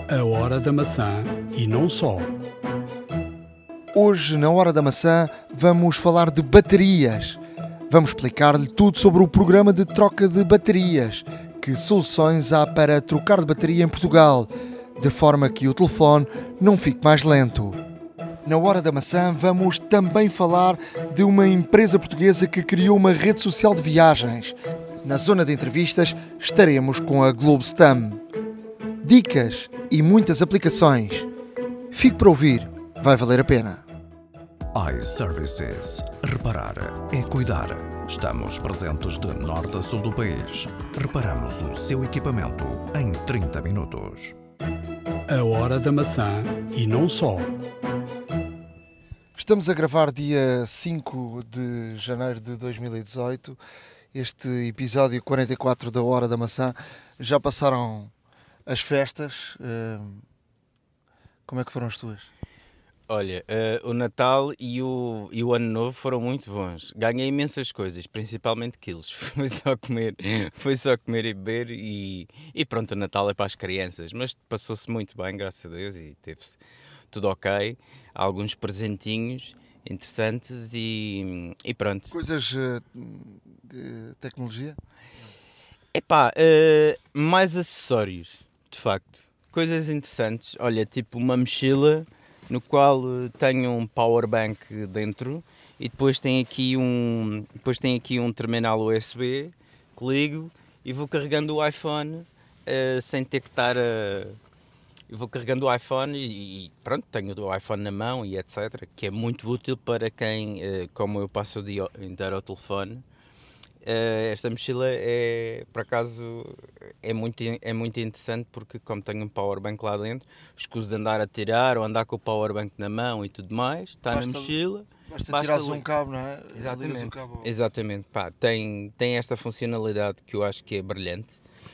A Hora da Maçã e não só. Hoje, na Hora da Maçã, vamos falar de baterias. Vamos explicar-lhe tudo sobre o programa de troca de baterias. Que soluções há para trocar de bateria em Portugal, de forma que o telefone não fique mais lento. Na Hora da Maçã vamos também falar de uma empresa portuguesa que criou uma rede social de viagens. Na zona de entrevistas estaremos com a Globestam. Dicas e muitas aplicações. Fique para ouvir, vai valer a pena. iServices. Reparar é cuidar. Estamos presentes de norte a sul do país. Reparamos o seu equipamento em 30 minutos. A Hora da Maçã e não só. Estamos a gravar dia 5 de janeiro de 2018. Este episódio 44 da Hora da Maçã. Já passaram as festas. Como é que foram as tuas? Olha, o Natal e o Ano Novo foram muito bons. Ganhei imensas coisas, principalmente quilos. Foi só comer e beber e pronto, o Natal é para as crianças. Mas passou-se muito bem, graças a Deus, e teve-se tudo ok. Há alguns presentinhos interessantes e pronto. Coisas de tecnologia? Epá, mais acessórios, de facto. Coisas interessantes. Olha, tipo uma mochila no qual tenho um power bank dentro e depois tem aqui um terminal USB que ligo e vou carregando o iPhone sem ter que estar eu vou carregando o iPhone e pronto, tenho o iPhone na mão e etc, que é muito útil para quem, como eu passo o dia inteiro ao telefone. Esta mochila é, por acaso, é muito interessante porque como tenho um powerbank lá dentro, escuso de andar a tirar ou andar com o powerbank na mão e tudo mais, está na mochila. Basta tirares um cabo, não é? Exatamente, o cabo. exatamente. Pá, tem esta funcionalidade que eu acho que é brilhante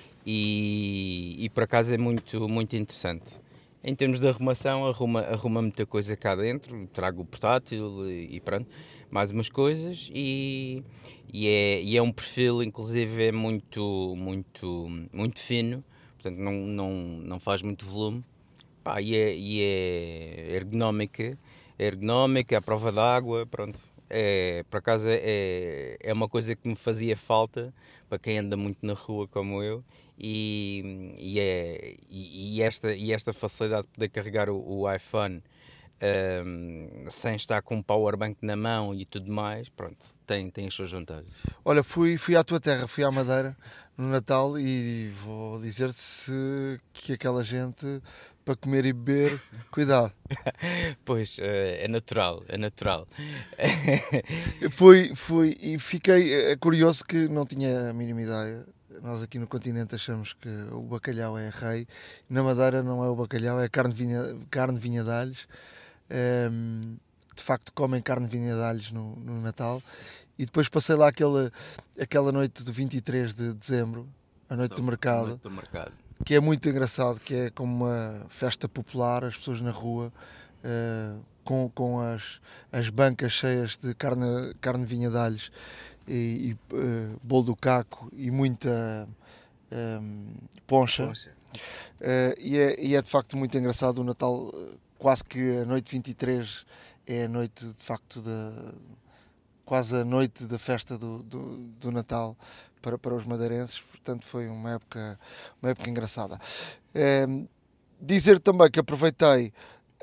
e por acaso é muito, muito interessante. Em termos de arrumação, arruma muita coisa cá dentro, trago o portátil e pronto, mais umas coisas e é um perfil, inclusive é muito, muito, muito fino, portanto não faz muito volume. Pá, e é ergonómica, à prova d'água, pronto. Por acaso é uma coisa que me fazia falta para quem anda muito na rua como eu. E esta facilidade de poder carregar o iPhone sem estar com um powerbank na mão e tudo mais, pronto, tem as suas vantagens. Olha, fui à tua terra, fui à Madeira no Natal e vou dizer-te que aquela gente para comer e beber, cuidado. Pois, é natural. Fui e fiquei curioso que não tinha a mínima ideia. Nós aqui no continente achamos que o bacalhau é rei. Na Madeira não é o bacalhau, é carne de vinha de alhos. De facto comem carne de vinha de alhos no Natal. E depois passei lá aquela noite de 23 de dezembro, a noite do mercado, que é muito engraçado, que é como uma festa popular, as pessoas na rua, com as bancas cheias de carne de vinha de alhos e bolo do caco e muita poncha. E é de facto muito engraçado o Natal, quase que a noite 23 é a noite de facto quase a noite da festa do Natal para os madeirenses, portanto foi uma época engraçada. Dizer também que aproveitei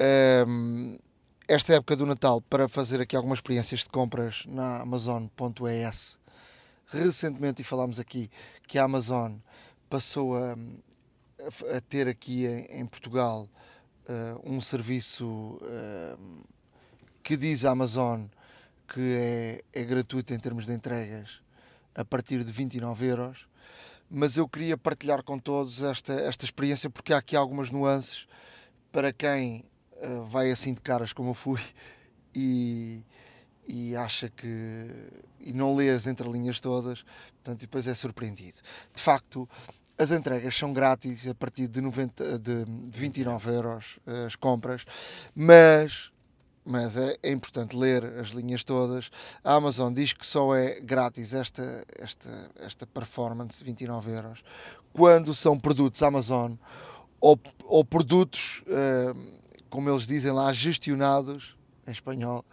esta época do Natal para fazer aqui algumas experiências de compras na Amazon.es. Recentemente, e falámos aqui, que a Amazon passou a ter aqui em Portugal um serviço que diz a Amazon que é gratuito em termos de entregas a partir de 29€, mas eu queria partilhar com todos esta experiência porque há aqui algumas nuances para quem vai assim de caras como eu fui e acha que e não lê as entrelinhas todas, portanto depois é surpreendido. De facto, as entregas são grátis a partir de 29€ as compras, mas é importante ler as linhas todas. A Amazon diz que só é grátis esta performance de 29€ quando são produtos Amazon ou produtos, como eles dizem lá, gestionados, em espanhol,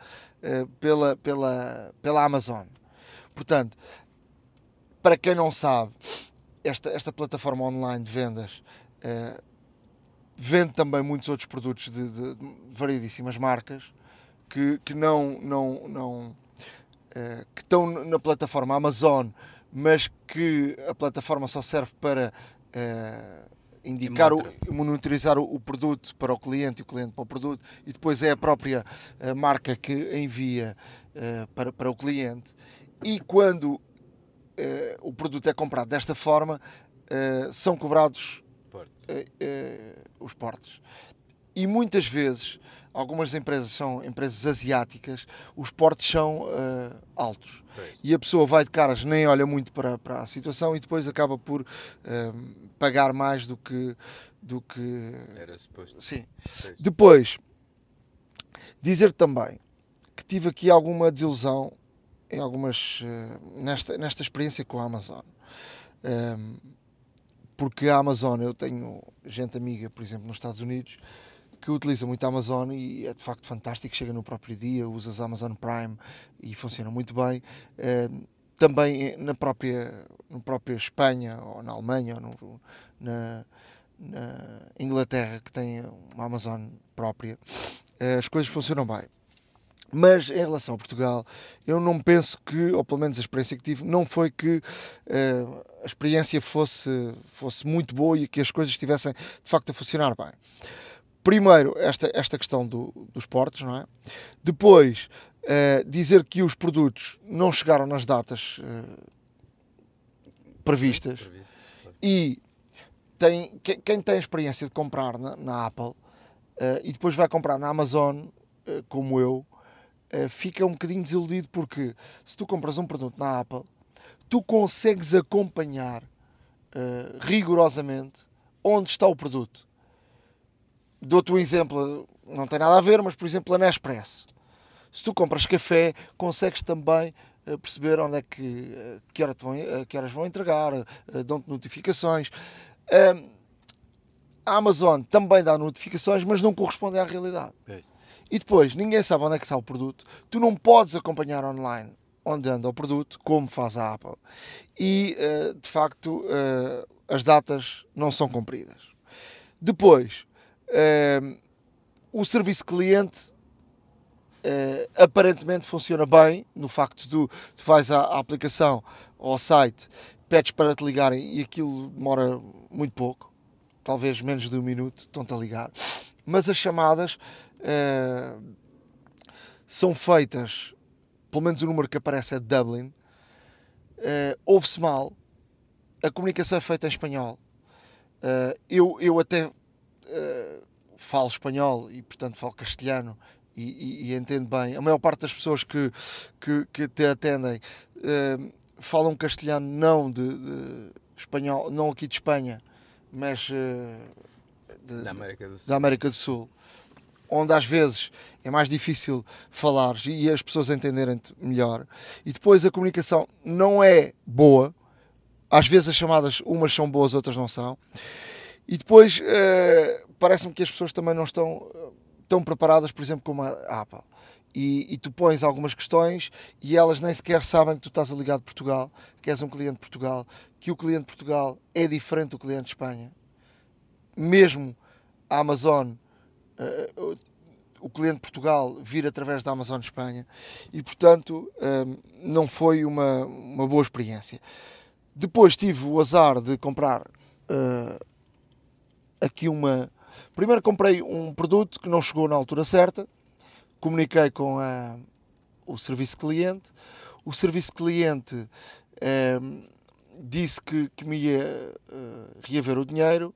pela Amazon. Portanto, para quem não sabe, esta plataforma online de vendas vende também muitos outros produtos de variedíssimas marcas que não que estão na plataforma Amazon, mas que a plataforma só serve para indicar, monitorizar o produto para o cliente e o cliente para o produto, e depois é a própria marca que envia para o cliente. E quando o produto é comprado desta forma, são cobrados os portos. E muitas vezes, algumas empresas são empresas asiáticas, os portos são altos. E a pessoa vai de caras, nem olha muito para a situação e depois acaba por pagar mais do que Era suposto. Sim. Depois, dizer também que tive aqui alguma desilusão em nesta experiência com a Amazon. Porque a Amazon, eu tenho gente amiga, por exemplo, nos Estados Unidos, que utiliza muito a Amazon e é de facto fantástico, chega no próprio dia, usas a Amazon Prime e funciona muito bem. Também na própria Espanha, ou na Alemanha, ou na Inglaterra, que tem uma Amazon própria, as coisas funcionam bem. Mas em relação a Portugal, eu não penso que, ou pelo menos a experiência que tive, não foi que a experiência fosse muito boa e que as coisas estivessem de facto a funcionar bem. Primeiro, esta questão dos portos, não é? Depois, dizer que os produtos não chegaram nas datas previstas. E quem tem a experiência de comprar na Apple e depois vai comprar na Amazon, como eu, fica um bocadinho desiludido, porque se tu compras um produto na Apple, tu consegues acompanhar rigorosamente onde está o produto. Dou-te um exemplo, não tem nada a ver, mas por exemplo a Nespresso. Se tu compras café, consegues também perceber onde é que horas vão entregar, dão-te notificações. A Amazon também dá notificações, mas não correspondem à realidade. E depois, ninguém sabe onde é que está o produto. Tu não podes acompanhar online onde anda o produto, como faz a Apple. E, de facto, as datas não são cumpridas. Depois, o serviço cliente aparentemente funciona bem, no facto de tu vais à aplicação ou ao site, pedes para te ligarem e aquilo demora muito pouco, talvez menos de um minuto, estão-te a ligar. Mas as chamadas são feitas, pelo menos o número que aparece é de Dublin, ouve-se mal, a comunicação é feita em espanhol. Eu até falo espanhol e portanto falo castelhano e entendo bem. A maior parte das pessoas que te atendem falam castelhano, não de espanhol, não aqui de Espanha, mas da América do Sul, onde às vezes é mais difícil falar e as pessoas entenderem-te melhor. E depois a comunicação não é boa, às vezes as chamadas umas são boas, outras não são. E depois parece-me que as pessoas também não estão tão preparadas, por exemplo, como a Apple. E tu pões algumas questões e elas nem sequer sabem que tu estás a ligar de Portugal, que és um cliente de Portugal, que o cliente de Portugal é diferente do cliente de Espanha. Mesmo a Amazon, o cliente de Portugal vir através da Amazon Espanha, e portanto não foi uma boa experiência. Depois tive o azar de comprar aqui primeiro comprei um produto que não chegou na altura certa, comuniquei com o serviço cliente, o serviço cliente disse que me ia reaver o dinheiro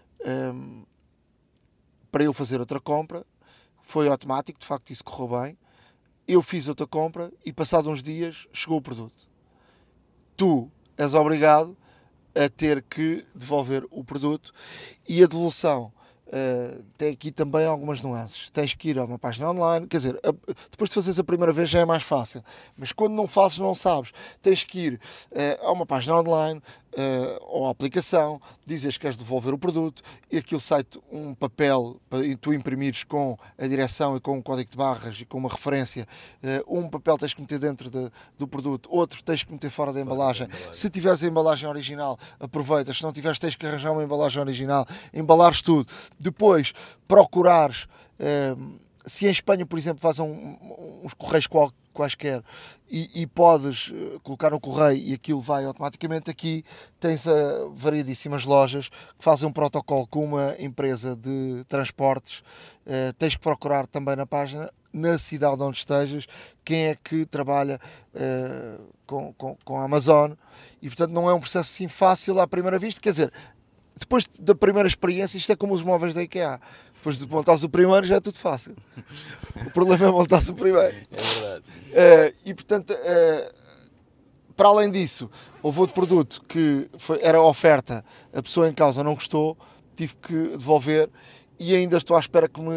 para eu fazer outra compra. Foi automático, de facto isso correu bem. Eu fiz outra compra e passado uns dias chegou o produto. Tu és obrigado a ter que devolver o produto, e a devolução tem aqui também algumas nuances. Tens que ir a uma página online, quer dizer, depois de fazeres a primeira vez já é mais fácil, mas quando não fazes, não sabes, tens que ir a uma página online, ou a aplicação, dizes que queres devolver o produto e aquilo sai-te um papel para tu imprimires com a direção e com um código de barras e com uma referência. Um papel tens que meter dentro do produto, outro tens que meter fora da embalagem. Se tiveres a embalagem original, aproveitas. Se não tiveres, tens que arranjar uma embalagem original, embalares tudo. Depois, procurares... se em Espanha, por exemplo, fazem uns correios quaisquer e podes colocar no correio e aquilo vai automaticamente, aqui tens variedíssimas lojas que fazem um protocolo com uma empresa de transportes. Tens que procurar também na página, na cidade onde estejas, quem é que trabalha com a Amazon, e portanto não é um processo assim fácil à primeira vista. Quer dizer, depois da primeira experiência, isto é como os móveis da IKEA. Depois de montares o primeiro já é tudo fácil. O problema é montar-se o primeiro. É verdade. E portanto, para além disso, houve outro produto que era oferta, a pessoa em causa não gostou, tive que devolver e ainda estou à espera que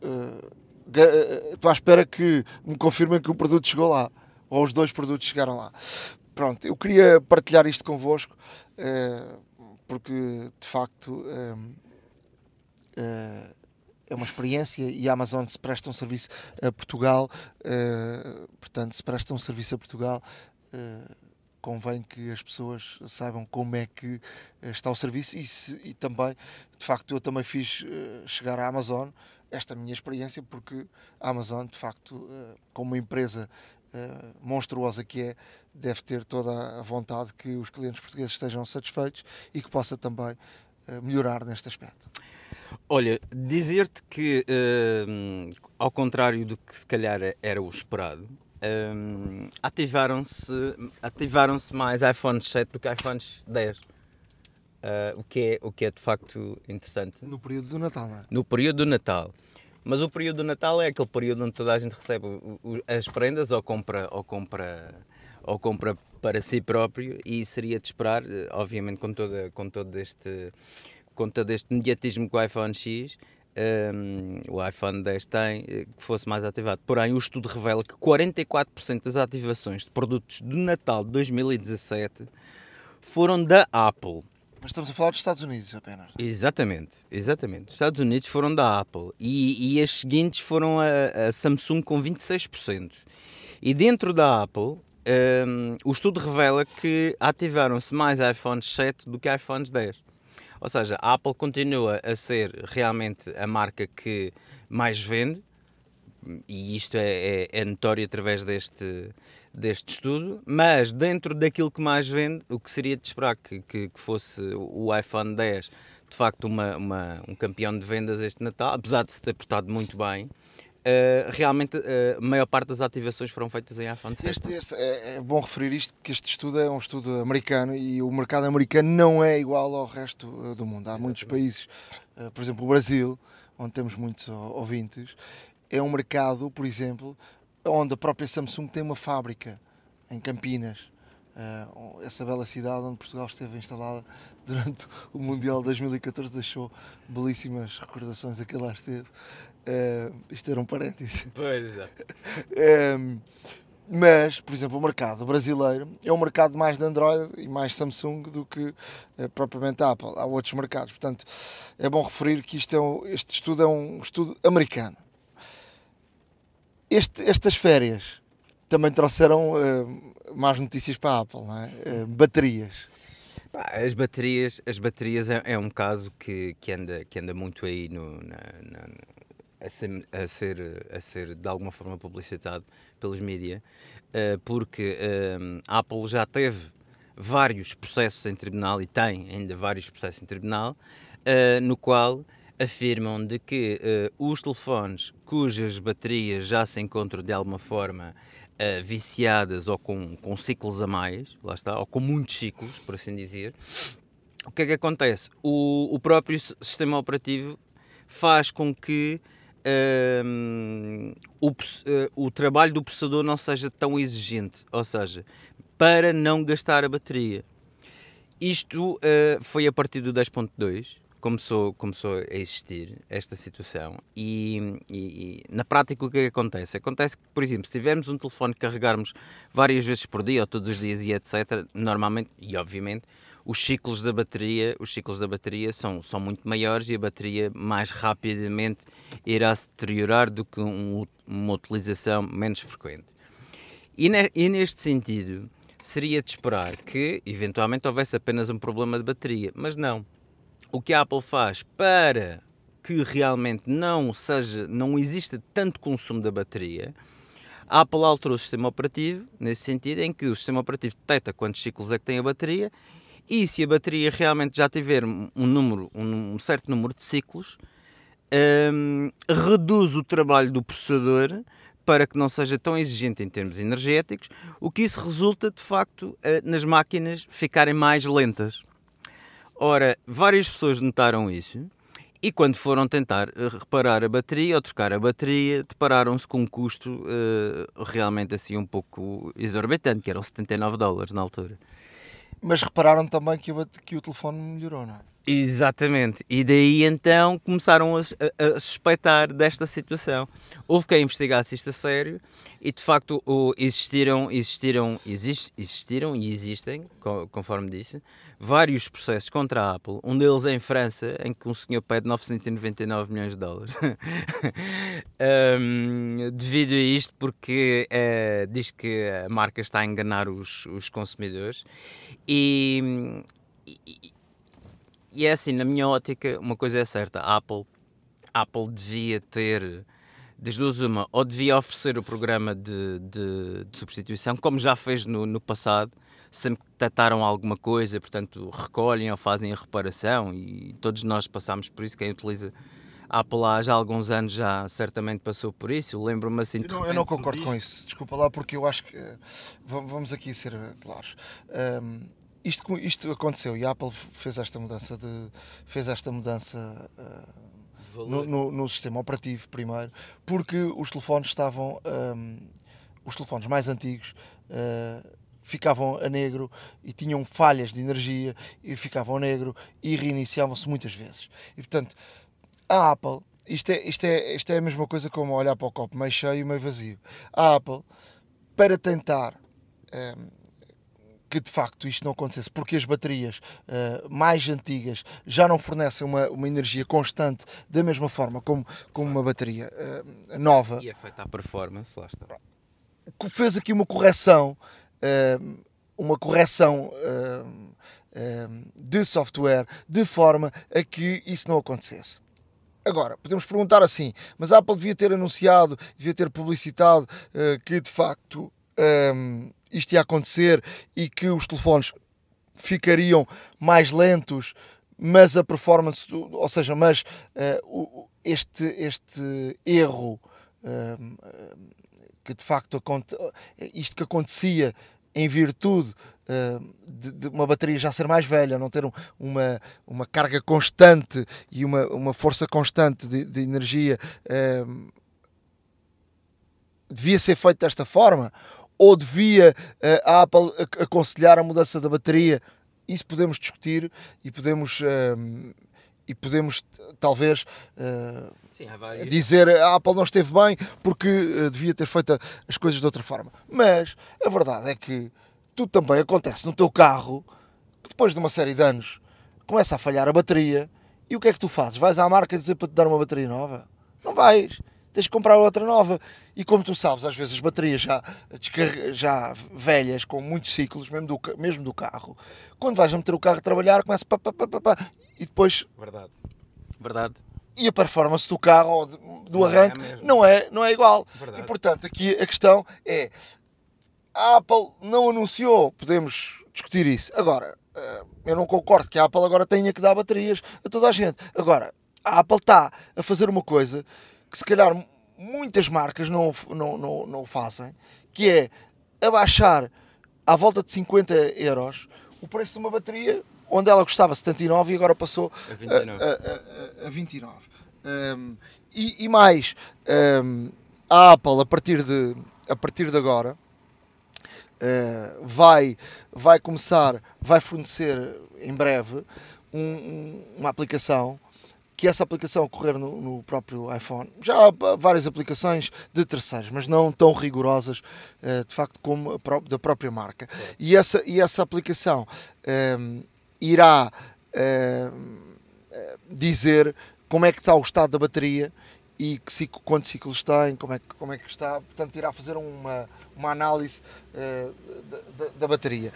me confirmem que o produto chegou lá, ou os 2 produtos chegaram lá. Pronto, eu queria partilhar isto convosco, porque de facto é uma experiência e a Amazon se presta um serviço a Portugal, portanto, se presta um serviço a Portugal, convém que as pessoas saibam como é que está o serviço e também, de facto, eu também fiz chegar à Amazon esta minha experiência, porque a Amazon, de facto, como uma empresa monstruosa que é, deve ter toda a vontade que os clientes portugueses estejam satisfeitos e que possa também melhorar neste aspecto. Olha, dizer-te que, ao contrário do que se calhar era o esperado, ativaram-se mais iPhones 7 do que iPhones 10, o que é de facto interessante. No período do Natal, não é? No período do Natal. Mas o período do Natal é aquele período onde toda a gente recebe as prendas ou compra para si próprio, e seria de esperar, obviamente com todo este mediatismo que o iPhone X, o iPhone 10 tem, que fosse mais ativado. Porém, o estudo revela que 44% das ativações de produtos de Natal de 2017 foram da Apple. Mas estamos a falar dos Estados Unidos apenas. Exatamente. Os Estados Unidos foram da Apple e as seguintes foram a Samsung com 26%. E dentro da Apple, o estudo revela que ativaram-se mais iPhones 7 do que iPhones 10. Ou seja, a Apple continua a ser realmente a marca que mais vende, e isto é notório através deste estudo, mas dentro daquilo que mais vende, o que seria de esperar que fosse o iPhone 10, de facto um campeão de vendas este Natal, apesar de se ter portado muito bem, realmente a maior parte das ativações foram feitas em iPhone 7. É bom referir isto, porque este estudo é um estudo americano e o mercado americano não é igual ao resto do mundo. Há muitos países, por exemplo o Brasil, onde temos muitos ouvintes, é um mercado, por exemplo, onde a própria Samsung tem uma fábrica em Campinas, essa bela cidade onde Portugal esteve instalada durante o Mundial de 2014, deixou belíssimas recordações a que lá esteve. Isto era um parêntese. Pois, exato. Mas, por exemplo, o mercado brasileiro é um mercado mais de Android e mais Samsung do que propriamente a Apple. Há outros mercados. Portanto, é bom referir que este estudo é um estudo americano. Estas férias também trouxeram más notícias para a Apple, não é? Baterias. As baterias é um caso que anda muito aí a ser de alguma forma publicitado pelos mídia, porque a Apple já teve vários processos em tribunal e tem ainda vários processos em tribunal, no qual afirmam de que os telefones cujas baterias já se encontram de alguma forma viciadas ou com ciclos a mais, lá está, ou com muitos ciclos, por assim dizer, o que é que acontece? O próprio sistema operativo faz com que o trabalho do processador não seja tão exigente, ou seja, para não gastar a bateria. Isto foi a partir do 10.2, começou a existir esta situação e na prática o que é que acontece? Acontece que, por exemplo, se tivermos um telefone que carregarmos várias vezes por dia ou todos os dias e etc, normalmente e obviamente os ciclos da bateria são muito maiores e a bateria mais rapidamente irá se deteriorar do que uma utilização menos frequente. E neste sentido, seria de esperar que, eventualmente, houvesse apenas um problema de bateria, mas não. O que a Apple faz para que realmente não exista tanto consumo da bateria, a Apple alterou o sistema operativo, nesse sentido, em que o sistema operativo detecta quantos ciclos é que tem a bateria, e se a bateria realmente já tiver um certo número de ciclos, reduz o trabalho do processador para que não seja tão exigente em termos energéticos, o que isso resulta, de facto, nas máquinas ficarem mais lentas. Ora, várias pessoas notaram isso e quando foram tentar reparar a bateria ou trocar a bateria, depararam-se com um custo realmente assim um pouco exorbitante, que eram $79 na altura. Mas repararam também que o telefone melhorou, não é? Exatamente, e daí então começaram a suspeitar desta situação. Houve quem investigasse isto a sério e de facto existiram e existem, conforme disse, vários processos contra a Apple, um deles em França, em que um senhor pede $999 milhões devido a isto, porque diz que a marca está a enganar os consumidores e é assim, na minha ótica, uma coisa é certa, a Apple devia ter, das duas uma, ou devia oferecer o programa de substituição, como já fez no passado, sempre que detectaram alguma coisa, portanto, recolhem ou fazem a reparação, e todos nós passámos por isso, quem utiliza a Apple há já alguns anos já certamente passou por isso, lembro-me assim... Eu não concordo com isso, desculpa lá, porque eu acho que, vamos aqui ser claros... Isto aconteceu e a Apple fez esta mudança no sistema operativo primeiro, porque os telefones estavam, os telefones mais antigos ficavam a negro e tinham falhas de energia e ficavam a negro e reiniciavam-se muitas vezes. E portanto, a Apple, isto é a mesma coisa como olhar para o copo meio cheio e meio vazio. A Apple, para tentar que de facto isto não acontecesse, porque as baterias mais antigas já não fornecem uma energia constante da mesma forma como uma bateria nova. E afeta a performance, lá está. Fez aqui uma correção de software de forma a que isso não acontecesse. Agora, podemos perguntar assim, mas a Apple devia ter anunciado, devia ter publicitado que de facto... isto ia acontecer e que os telefones ficariam mais lentos, mas a performance, este erro que de facto isto que acontecia em virtude de uma bateria já ser mais velha, não ter uma carga constante e uma força constante de energia, devia ser feito desta forma, ou devia a Apple aconselhar a mudança da bateria? Isso podemos discutir e podemos talvez dizer a Apple não esteve bem porque devia ter feito as coisas de outra forma. Mas a verdade é que tudo também acontece no teu carro, que depois de uma série de anos começa a falhar a bateria, e o que é que tu fazes? Vais à marca dizer para te dar uma bateria nova? Não vais. Tens de comprar outra nova. E como tu sabes, às vezes as baterias já velhas, com muitos ciclos, mesmo do carro, quando vais a meter o carro a trabalhar, começa e depois... Verdade. E a performance do carro ou do arranque não é igual. Verdade. E portanto, aqui a questão é, a Apple não anunciou, podemos discutir isso. Agora, eu não concordo que a Apple agora tenha que dar baterias a toda a gente. Agora, a Apple está a fazer uma coisa que se calhar muitas marcas não o fazem, que é abaixar à volta de 50€ o preço de uma bateria, onde ela custava 79 e agora passou a 29. E mais, a Apple a partir de agora vai fornecer em breve uma aplicação, que essa aplicação correr no próprio iPhone. Já há várias aplicações de terceiros, mas não tão rigorosas, de facto, como da própria marca. E essa aplicação irá dizer como é que está o estado da bateria e quantos ciclos tem, como é que está, portanto irá fazer uma análise da bateria.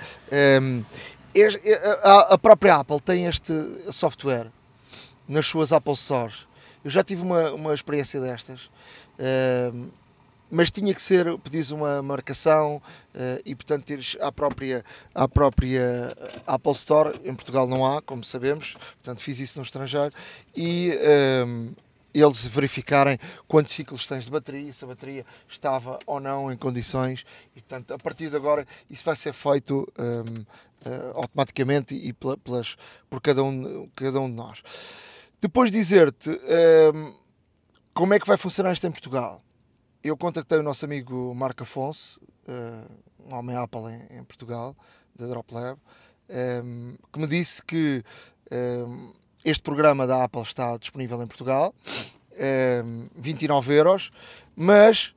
A própria Apple tem este software nas suas Apple Stores. Eu já tive uma experiência destas, mas tinha que ser, pedis uma marcação e portanto ires à própria Apple Store. Em Portugal não há, como sabemos, portanto fiz isso no estrangeiro, e eles verificarem quantos ciclos tens de bateria, se a bateria estava ou não em condições, e portanto a partir de agora isso vai ser feito automaticamente e por cada um de nós. Depois dizer-te como é que vai funcionar isto em Portugal. Eu contactei o nosso amigo Marco Afonso, um homem Apple em Portugal, da Droplab, que me disse que este programa da Apple está disponível em Portugal, 29€, mas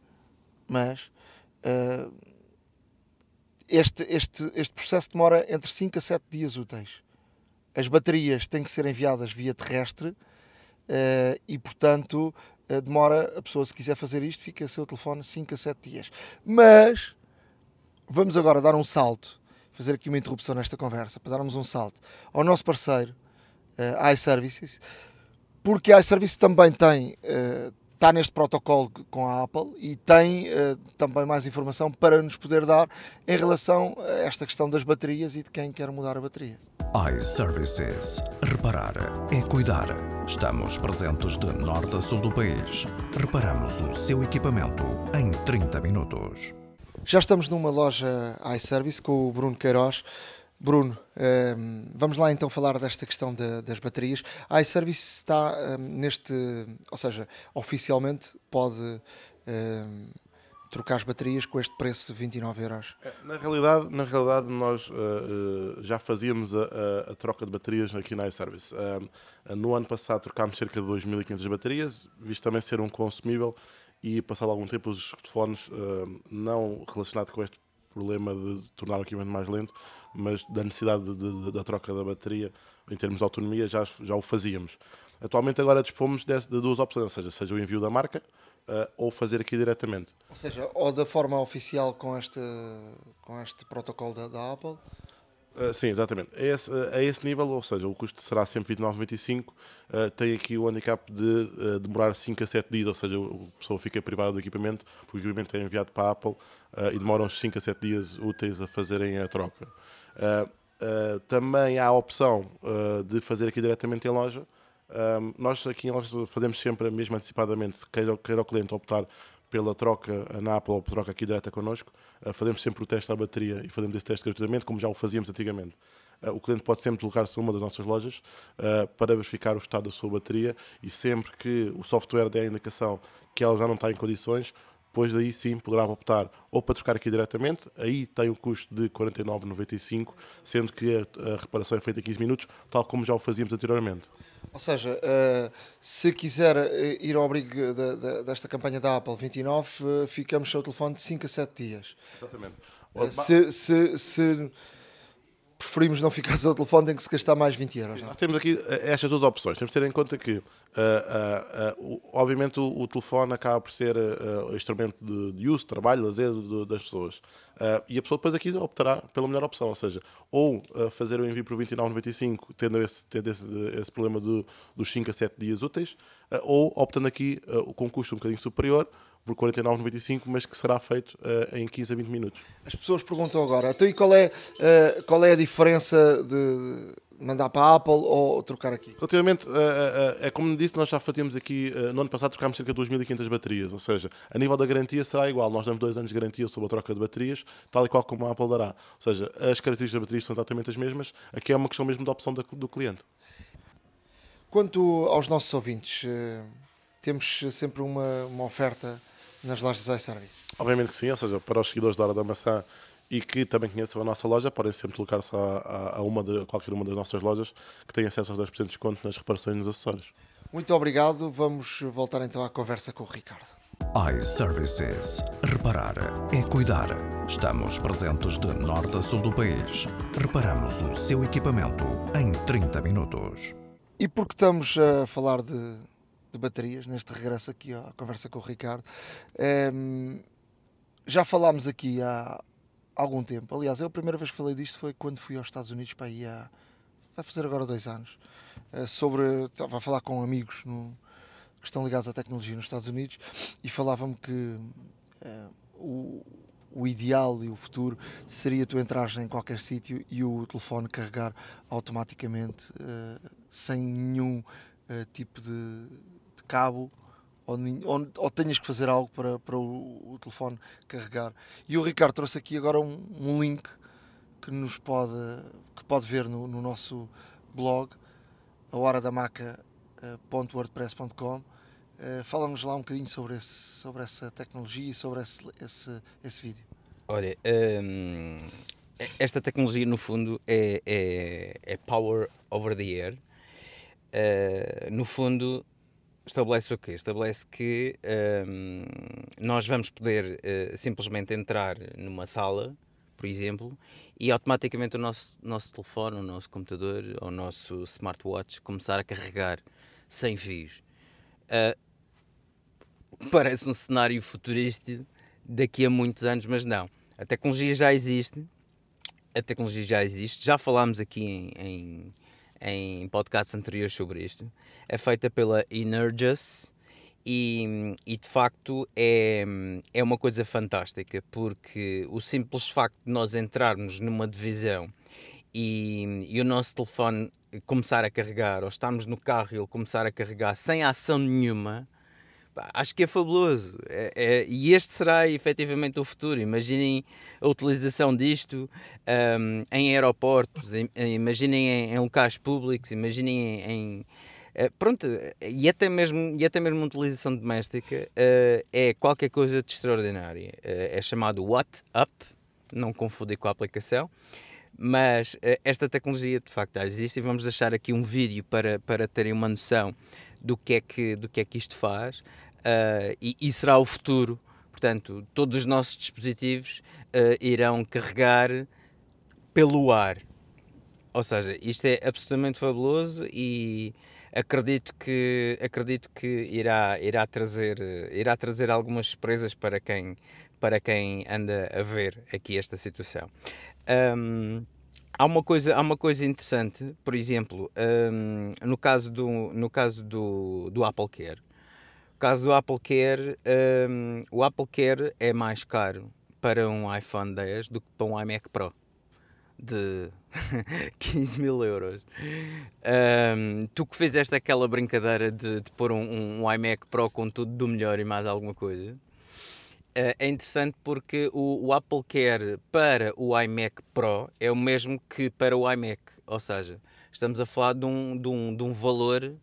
este processo demora entre 5 a 7 dias úteis. As baterias têm que ser enviadas via terrestre e, portanto, demora, a pessoa, se quiser fazer isto, fica a seu telefone 5 a 7 dias. Mas vamos agora dar um salto, fazer aqui uma interrupção nesta conversa, para darmos um salto ao nosso parceiro, iServices, porque a iServices também está neste protocolo com a Apple e tem também mais informação para nos poder dar em relação a esta questão das baterias e de quem quer mudar a bateria. iServices. Reparar é cuidar. Estamos presentes de norte a sul do país. Reparamos o seu equipamento em 30 minutos. Já estamos numa loja iService com o Bruno Queiroz. Bruno, vamos lá então falar desta questão das baterias. A iService está ou seja, oficialmente pode trocar as baterias com este preço de 29€. Na realidade nós já fazíamos a troca de baterias aqui na iService. No ano passado trocámos cerca de 2.500 baterias, visto também ser um consumível, e passado algum tempo os telefones, não relacionado com este problema de tornar o equipamento mais lento, mas da necessidade da troca da bateria em termos de autonomia, já o fazíamos. Atualmente agora dispomos de duas opções, ou seja o envio da marca ou fazer aqui diretamente. Ou seja, ou da forma oficial com este protocolo da Apple. Sim, exatamente. A esse nível, ou seja, o custo será sempre 29,95. Tem aqui o handicap de demorar 5 a 7 dias, ou seja, a pessoa fica privada do equipamento, porque o equipamento é enviado para a Apple e demora uns 5 a 7 dias úteis a fazerem a troca. Também há a opção de fazer aqui diretamente em loja. Nós aqui em loja fazemos sempre, mesmo antecipadamente, queira o cliente optar pela troca na Apple ou por troca aqui direta connosco, fazemos sempre o teste à bateria e fazemos esse teste gratuitamente, como já o fazíamos antigamente. O cliente pode sempre deslocar-se a uma das nossas lojas para verificar o estado da sua bateria, e sempre que o software der a indicação que ela já não está em condições, depois daí sim poderá optar ou para trocar aqui diretamente, aí tem um custo de 49,95, sendo que a reparação é feita em 15 minutos, tal como já o fazíamos anteriormente. Ou seja, se quiser ir ao abrigo desta campanha da Apple 29, ficamos sem o telefone de 5 a 7 dias. Exatamente. Se preferimos não ficar sem o telefone, tem que se gastar mais 20€. Nós temos aqui estas duas opções. Temos de ter em conta que, obviamente, o telefone acaba por ser instrumento de uso, trabalho, lazer das pessoas. E a pessoa depois aqui optará pela melhor opção, ou seja, ou fazer o envio por 29,95, tendo esse problema dos 5 a 7 dias úteis, ou optando aqui com um custo um bocadinho superior, por 49,95, mas que será feito em 15 a 20 minutos. As pessoas perguntam agora, então, e qual é a diferença de mandar para a Apple ou trocar aqui? Relativamente, é como disse, nós já fazíamos aqui, no ano passado trocámos cerca de 2.500 baterias, ou seja, a nível da garantia será igual, nós damos 2 anos de garantia sobre a troca de baterias, tal e qual como a Apple dará. Ou seja, as características das baterias são exatamente as mesmas, aqui é uma questão mesmo da opção do cliente. Quanto aos nossos ouvintes, temos sempre uma oferta nas lojas iService? Obviamente que sim, ou seja, para os seguidores da Hora da Maçã e que também conheçam a nossa loja, podem sempre deslocar-se a qualquer uma das nossas lojas, que tem acesso aos 10% de desconto nas reparações e nos acessórios. Muito obrigado, vamos voltar então à conversa com o Ricardo. iServices. Reparar é cuidar. Estamos presentes de norte a sul do país. Reparamos o seu equipamento em 30 minutos. E porque estamos a falar de baterias, neste regresso aqui à conversa com o Ricardo, já falámos aqui há algum tempo. Aliás, a primeira vez que falei disto foi quando fui aos Estados Unidos, para aí vai fazer agora 2 anos. Estava a falar com amigos que estão ligados à tecnologia nos Estados Unidos e falavam-me que o ideal e o futuro seria tu entrares em qualquer sítio e o telefone carregar automaticamente, sem nenhum tipo de cabo, ou tenhas que fazer algo para o telefone carregar. E o Ricardo trouxe aqui agora um link que pode ver no nosso blog, ahoradamaca.wordpress.com. Fala-nos lá um bocadinho sobre essa tecnologia e sobre esse vídeo. Olha, esta tecnologia no fundo é Power over the Air. No fundo estabelece o quê? Estabelece que nós vamos poder simplesmente entrar numa sala, por exemplo, e automaticamente o nosso telefone, o nosso computador, ou o nosso smartwatch começar a carregar sem fios. Parece um cenário futurista daqui a muitos anos, mas não. A tecnologia já existe. Já falámos aqui em podcasts anteriores sobre isto. É feita pela Energous e de facto é uma coisa fantástica, porque o simples facto de nós entrarmos numa divisão e o nosso telefone começar a carregar, ou estarmos no carro e ele começar a carregar sem ação nenhuma, acho que é fabuloso. E este será efetivamente o futuro. Imaginem a utilização disto em aeroportos, imaginem em locais públicos, imaginem pronto, e até mesmo uma utilização doméstica. É qualquer coisa de extraordinária. É chamado WhatsApp, não confundir com a aplicação. Mas esta tecnologia de facto já existe e vamos deixar aqui um vídeo para terem uma noção do que é que isto faz, e será o futuro. Portanto, todos os nossos dispositivos irão carregar pelo ar. Ou seja, isto é absolutamente fabuloso e acredito que irá trazer algumas surpresas para quem anda a ver aqui esta situação. Há uma coisa interessante, por exemplo, no caso do Apple Care. No caso do Apple Care, o Apple Care é mais caro para um iPhone 10 do que para um iMac Pro de 15.000 euros. Tu que fizeste aquela brincadeira de pôr um iMac Pro com tudo do melhor e mais alguma coisa, é interessante porque o Apple Care para o iMac Pro é o mesmo que para o iMac, ou seja, estamos a falar de um valor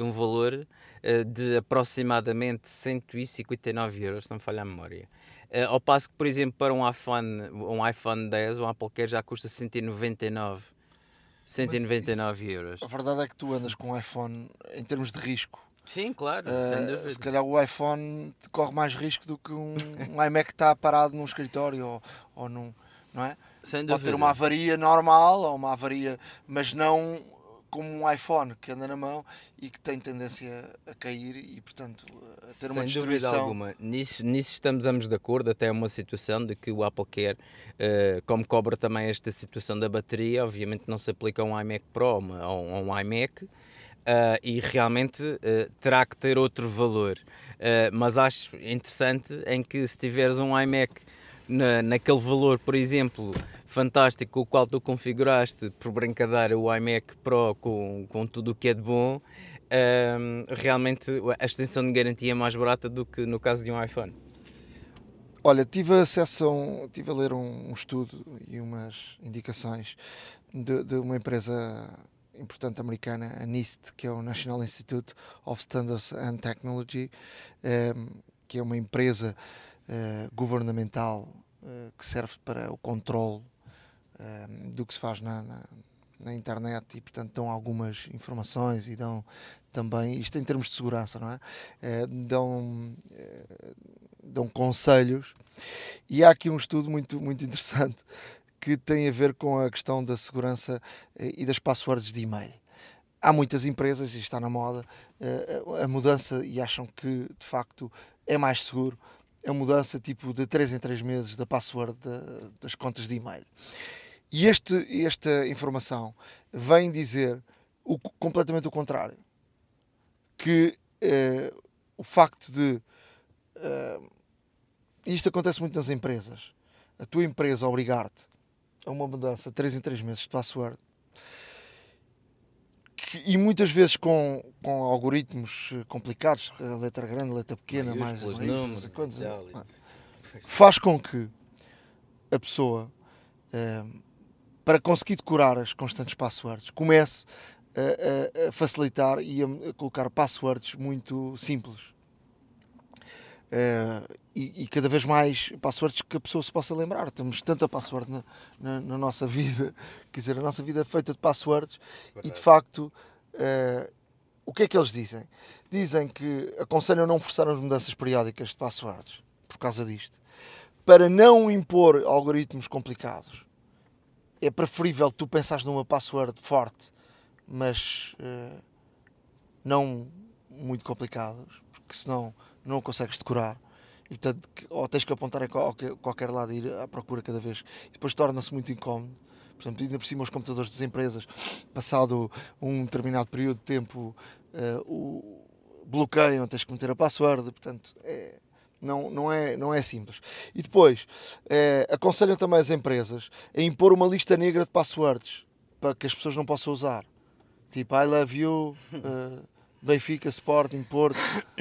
de aproximadamente 159 euros, se não me falha a memória. Ao passo que, por exemplo, para um iPhone 10, o Apple Care já custa 199 euros. A verdade é que tu andas com um iPhone em termos de risco. Sim, claro, sem dúvida. Se calhar o iPhone corre mais risco do que um iMac que está parado num escritório ou não é? Sem dúvida. Pode ter uma avaria normal ou uma avaria, mas não como um iPhone que anda na mão e que tem tendência a cair e, portanto, a ter uma destruição. Sem dúvida alguma. Nisso estamos ambos de acordo, até uma situação de que o Apple Care, como cobra também esta situação da bateria, obviamente não se aplica a um iMac Pro ou um iMac, e realmente terá que ter outro valor. Mas acho interessante em que se tiveres um iMac naquele valor, por exemplo, fantástico, com o qual tu configuraste por brincadeira o iMac Pro com tudo o que é de bom, realmente a extensão de garantia é mais barata do que no caso de um iPhone. Olha, tive a ler um estudo e umas indicações de uma empresa importante americana, a NIST, que é o National Institute of Standards and Technology, que é uma empresa governamental que serve para o controle do que se faz na internet e, portanto, dão algumas informações e dão também, isto em termos de segurança, não é? Dão conselhos, e há aqui um estudo muito, muito interessante que tem a ver com a questão da segurança e das passwords de e-mail. Há muitas empresas, e está na moda, a mudança, e acham que de facto é mais seguro, a mudança tipo de 3 em 3 meses da password das contas de e-mail. E esta informação vem dizer completamente o contrário. Que o facto de... isto acontece muito nas empresas. A tua empresa obrigar-te a uma mudança de 3 em 3 meses de password, e muitas vezes com algoritmos complicados, letra grande, letra pequena, maiúsculos, números, faz com que a pessoa, para conseguir decorar as constantes passwords, comece a facilitar e a colocar passwords muito simples. E cada vez mais passwords que a pessoa se possa lembrar. Temos tanta password na nossa vida, quer dizer, a nossa vida é feita de passwords. Verdade. E de facto, o que é que eles dizem? Dizem que aconselham não forçar as mudanças periódicas de passwords por causa disto, para não impor algoritmos complicados. É preferível tu pensares numa password forte, mas não muito complicadas, porque senão não consegues decorar, e portanto ou tens que apontar a qualquer lado e ir à procura cada vez, e depois torna-se muito incómodo. Portanto, ainda por cima os computadores das empresas, passado um determinado período de tempo, bloqueiam, tens que meter a password, portanto não é simples. E depois aconselham também as empresas a impor uma lista negra de passwords para que as pessoas não possam usar, tipo I love you, Benfica, Sporting, Porto,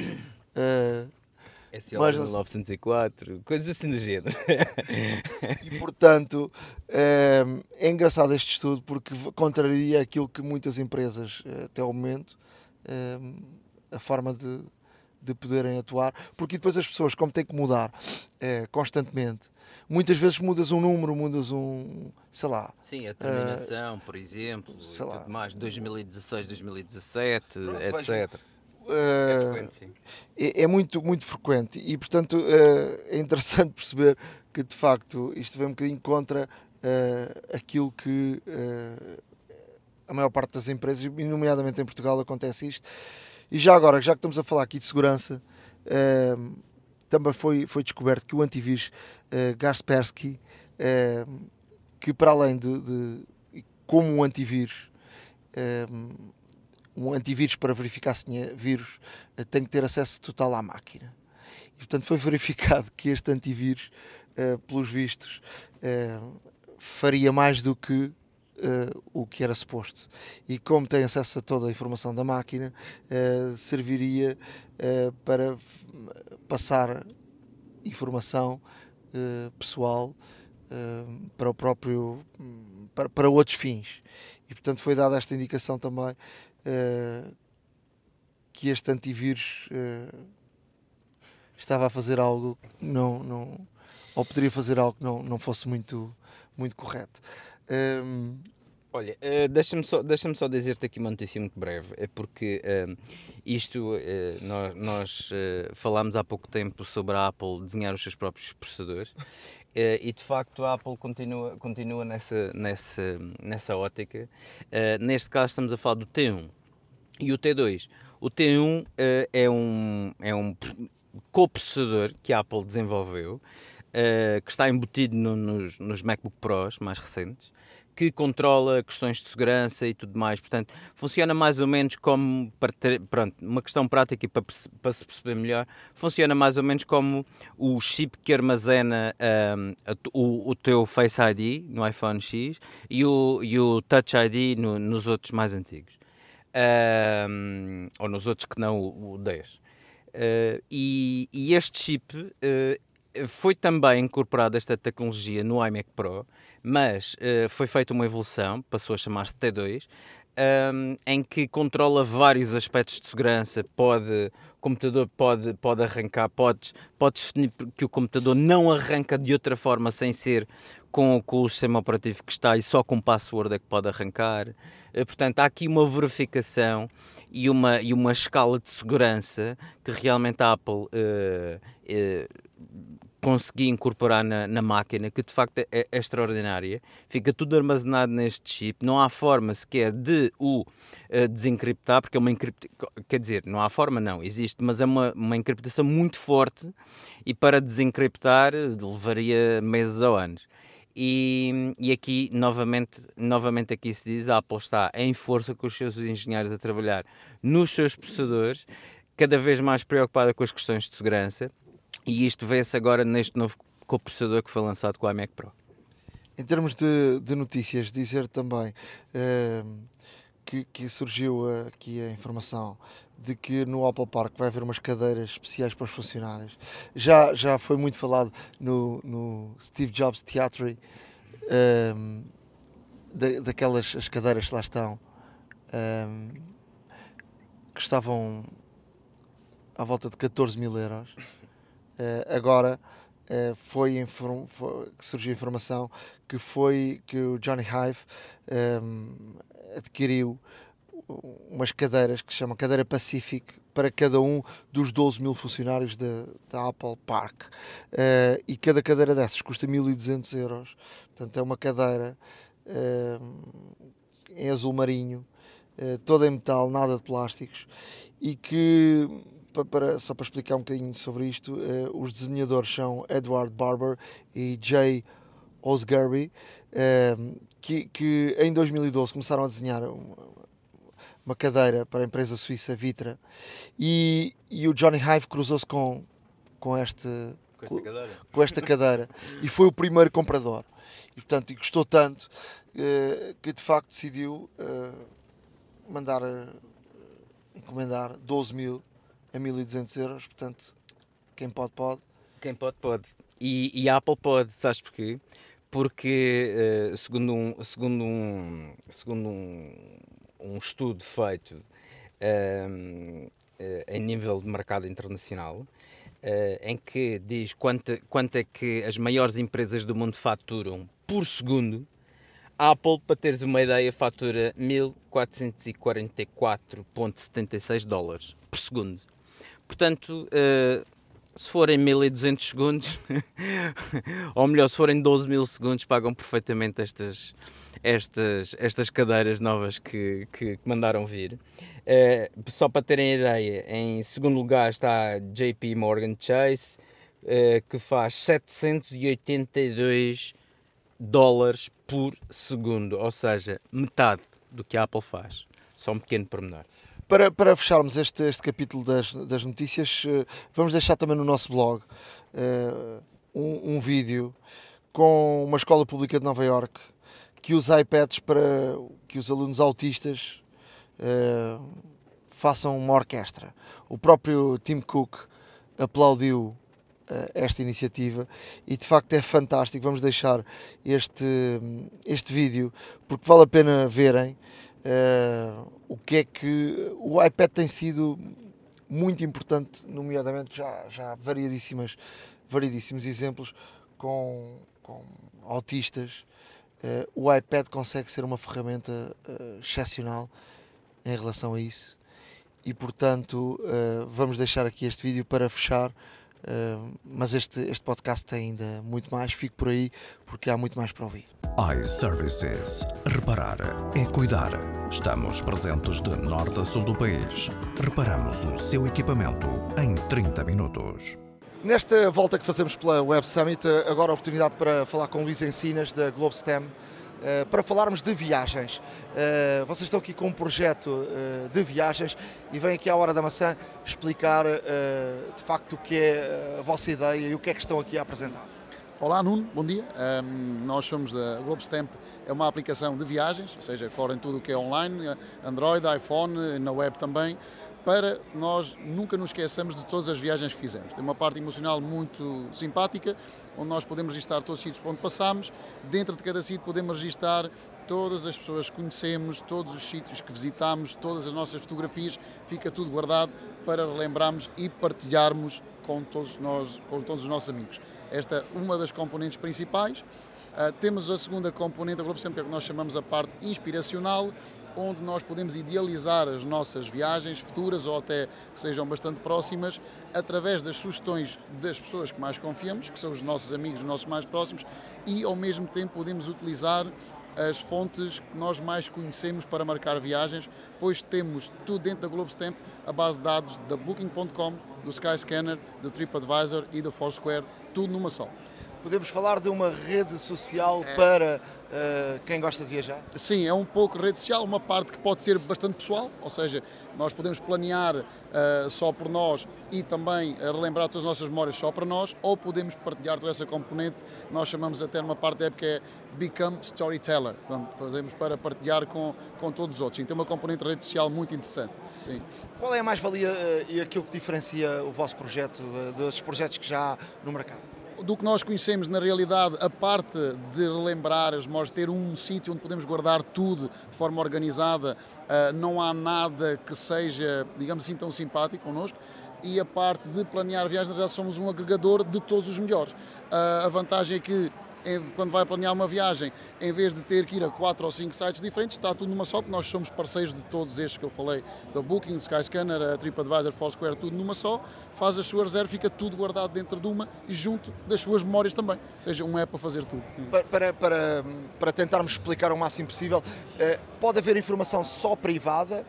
SL 1904, coisas assim do género. E portanto é engraçado este estudo, porque contraria aquilo que muitas empresas até ao momento, a forma de poderem atuar, porque depois as pessoas, como têm que mudar constantemente, muitas vezes mudas um número, mudas sei lá. Sim, a terminação, por exemplo, sei lá, tudo mais, 2016, 2017, pronto, etc. É frequente, sim. É muito, muito frequente, e portanto é interessante perceber que de facto isto vem um bocadinho contra aquilo que a maior parte das empresas, e nomeadamente em Portugal, acontece isto. E já agora, já que estamos a falar aqui de segurança, também foi descoberto que o antivírus Kaspersky, que para além de como um antivírus para verificar se tinha vírus, tem que ter acesso total à máquina. E portanto foi verificado que este antivírus, pelos vistos, faria mais do que o que era suposto, e como tem acesso a toda a informação da máquina, serviria para passar informação pessoal para o próprio, para outros fins. E portanto foi dada esta indicação também, que este antivírus estava a fazer algo que ou poderia fazer algo que não fosse muito correto. Olha, deixa-me só dizer-te aqui uma notícia muito breve, é porque nós falámos há pouco tempo sobre a Apple desenhar os seus próprios processadores, e de facto a Apple continua nessa ótica. Neste caso estamos a falar do T1 e o T2. O T1 é um coprocessador que a Apple desenvolveu, que está embutido nos MacBook Pros mais recentes, que controla questões de segurança e tudo mais. Portanto, funciona mais ou menos como, uma questão prática, para se perceber melhor, funciona mais ou menos como o chip que armazena o teu Face ID no iPhone X e o Touch ID nos outros mais antigos. Ou nos outros que não o 10. E este chip foi também incorporada esta tecnologia no iMac Pro, mas foi feita uma evolução, passou a chamar-se T2, em que controla vários aspectos de segurança. O computador pode arrancar, podes definir que o computador não arranca de outra forma sem ser com o sistema operativo que está, e só com password é que pode arrancar. Portanto, há aqui uma verificação e uma escala de segurança que realmente a Apple consegui incorporar na máquina, que de facto é extraordinária. Fica tudo armazenado neste chip, não há forma sequer de o desencriptar, porque é uma encriptação, quer dizer, não há forma não, existe, mas é uma encriptação muito forte e para desencriptar levaria meses ou anos. E aqui, novamente aqui se diz, a Apple está em força com os seus engenheiros a trabalhar nos seus processadores, cada vez mais preocupada com as questões de segurança, e isto vê-se agora neste novo coprocessador que foi lançado com o iMac Pro. Em termos de notícias, dizer também que surgiu aqui a informação de que no Apple Park vai haver umas cadeiras especiais para os funcionários. Já foi muito falado no Steve Jobs Theatre, daquelas as cadeiras que lá estão, que estavam à volta de 14 mil euros. Agora que surgiu a informação que o Johnny Ive adquiriu umas cadeiras que se chamam Cadeira Pacific para cada um dos 12 mil funcionários da Apple Park. E cada cadeira dessas custa 1.200 euros. Portanto, é uma cadeira em azul marinho, toda em metal, nada de plásticos, e que, só para explicar um bocadinho sobre isto, os desenhadores são Edward Barber e Jay Osgerby, que em 2012 começaram a desenhar uma cadeira para a empresa suíça Vitra, e o Johnny Ive cruzou-se com esta cadeira e foi o primeiro comprador, e portanto gostou tanto que de facto decidiu encomendar 12 mil a 1.200 euros. Portanto, quem pode. Quem pode. E a Apple pode, sabes porquê? Porque, segundo um estudo feito em nível de mercado internacional, em que diz quanto é que as maiores empresas do mundo faturam por segundo, a Apple, para teres uma ideia, fatura 1.444,76 dólares por segundo. Portanto, se forem 1.200 segundos, ou melhor, se forem 12 mil segundos, pagam perfeitamente estas cadeiras novas que mandaram vir. Só para terem ideia, em segundo lugar está JP Morgan Chase, que faz 782 dólares por segundo, ou seja, metade do que a Apple faz. Só um pequeno pormenor. Para fecharmos este capítulo das notícias, vamos deixar também no nosso blog um vídeo com uma escola pública de Nova Iorque que usa iPads para que os alunos autistas façam uma orquestra. O próprio Tim Cook aplaudiu esta iniciativa e de facto é fantástico. Vamos deixar este vídeo porque vale a pena verem o que é que o iPad tem sido muito importante, nomeadamente já variedíssimos exemplos com autistas. O iPad consegue ser uma ferramenta excepcional em relação a isso e portanto vamos deixar aqui este vídeo para fechar. Mas este podcast tem ainda muito mais. Fico por aí porque há muito mais para ouvir. iServices. Reparar é cuidar. Estamos presentes de norte a sul do país. Reparamos o seu equipamento em 30 minutos. Nesta volta que fazemos pela Web Summit, agora a oportunidade para falar com o Luís Encinas da GlobeStem, para falarmos de viagens. Vocês estão aqui com um projeto de viagens e vêm aqui à Hora da Maçã explicar de facto o que é a vossa ideia e o que é que estão aqui a apresentar. Olá Nuno, bom dia. Nós somos da GlobeStem, é uma aplicação de viagens, ou seja, corre em tudo o que é online, Android, iPhone, na web também, para nós nunca nos esqueçamos de todas as viagens que fizemos. Tem uma parte emocional muito simpática, onde nós podemos registrar todos os sítios por onde passamos. Dentro de cada sítio podemos registrar todas as pessoas que conhecemos, todos os sítios que visitamos, todas as nossas fotografias, fica tudo guardado para relembrarmos e partilharmos com todos os nossos amigos. Esta é uma das componentes principais. Temos a segunda componente da GlobeStem, que é o que nós chamamos a parte inspiracional, onde nós podemos idealizar as nossas viagens futuras ou até que sejam bastante próximas, através das sugestões das pessoas que mais confiamos, que são os nossos amigos, os nossos mais próximos, e ao mesmo tempo podemos utilizar as fontes que nós mais conhecemos para marcar viagens, pois temos tudo dentro da Globestamp, a base de dados da Booking.com, do Skyscanner, do TripAdvisor e do Foursquare, tudo numa só. Podemos falar de uma rede social para quem gosta de viajar? Sim, é um pouco rede social, uma parte que pode ser bastante pessoal, ou seja, nós podemos planear só por nós e também relembrar todas as nossas memórias só para nós, ou podemos partilhar toda essa componente, nós chamamos até numa parte da época que é Become Storyteller, fazemos para partilhar com todos os outros. Então, tem uma componente de rede social muito interessante. Sim. Qual é a mais-valia e aquilo que diferencia o vosso projeto dos projetos que já há no mercado? Do que nós conhecemos, na realidade, a parte de relembrar as memórias, ter um sítio onde podemos guardar tudo de forma organizada, não há nada que seja, digamos assim, tão simpático connosco. E a parte de planear viagens, na verdade, somos um agregador de todos os melhores. A vantagem é que, quando vai planear uma viagem, em vez de ter que ir a 4 ou 5 sites diferentes, está tudo numa só, porque nós somos parceiros de todos estes que eu falei, da Booking, do Skyscanner, a TripAdvisor, Foursquare, tudo numa só, faz a sua reserva, fica tudo guardado dentro de uma e junto das suas memórias também, ou seja, um app para fazer tudo. Para tentarmos explicar o máximo possível, pode haver informação só privada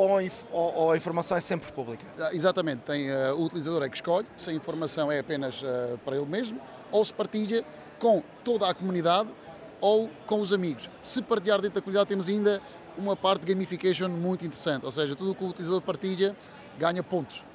ou a informação é sempre pública? Exatamente, tem o utilizador é que escolhe se a informação é apenas para ele mesmo ou se partilha com toda a comunidade ou com os amigos. Se partilhar dentro da comunidade, temos ainda uma parte de gamification muito interessante, ou seja, tudo o que o utilizador partilha ganha pontos.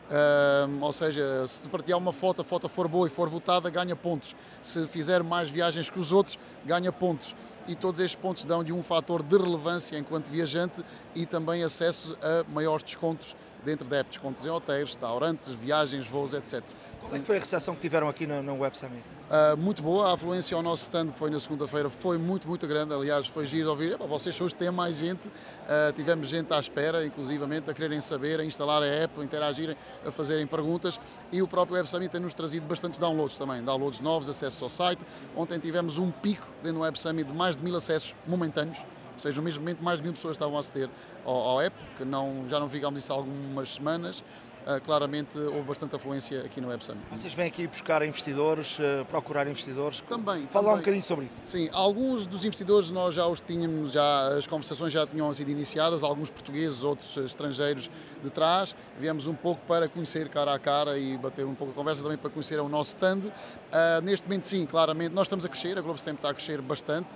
Ou seja, se partilhar uma foto, a foto for boa e for votada, ganha pontos. Se fizer mais viagens que os outros, ganha pontos. E todos estes pontos dão-lhe um fator de relevância enquanto viajante e também acesso a maiores descontos dentro da app, descontos em hotéis, restaurantes, viagens, voos, etc. Qual é que foi a recepção que tiveram aqui no Web Summit? Muito boa, a afluência ao nosso stand foi na segunda-feira, foi muito grande, aliás foi giro ouvir, vocês hoje têm mais gente, tivemos gente à espera, inclusivamente a quererem saber, a instalar a app, a interagirem, a fazerem perguntas, e o próprio Web Summit tem-nos trazido bastantes downloads também, downloads novos, acessos ao site. Ontem tivemos um pico dentro do Web Summit de mais de 1000 acessos momentâneos, ou seja, no mesmo momento mais de 1000 pessoas estavam a aceder ao app, que já não ficámos isso há algumas semanas. Claramente houve bastante afluência aqui no Web Summit. Vocês vêm aqui buscar investidores, procurar investidores? Também. Fala um bocadinho sobre isso. Sim, alguns dos investidores nós já os tínhamos, as conversações já tinham sido iniciadas, alguns portugueses, outros estrangeiros de trás. Viemos um pouco para conhecer cara a cara e bater um pouco a conversa, também para conhecer o nosso stand. Neste momento, sim, claramente, nós estamos a crescer, a Globestamp está a crescer bastante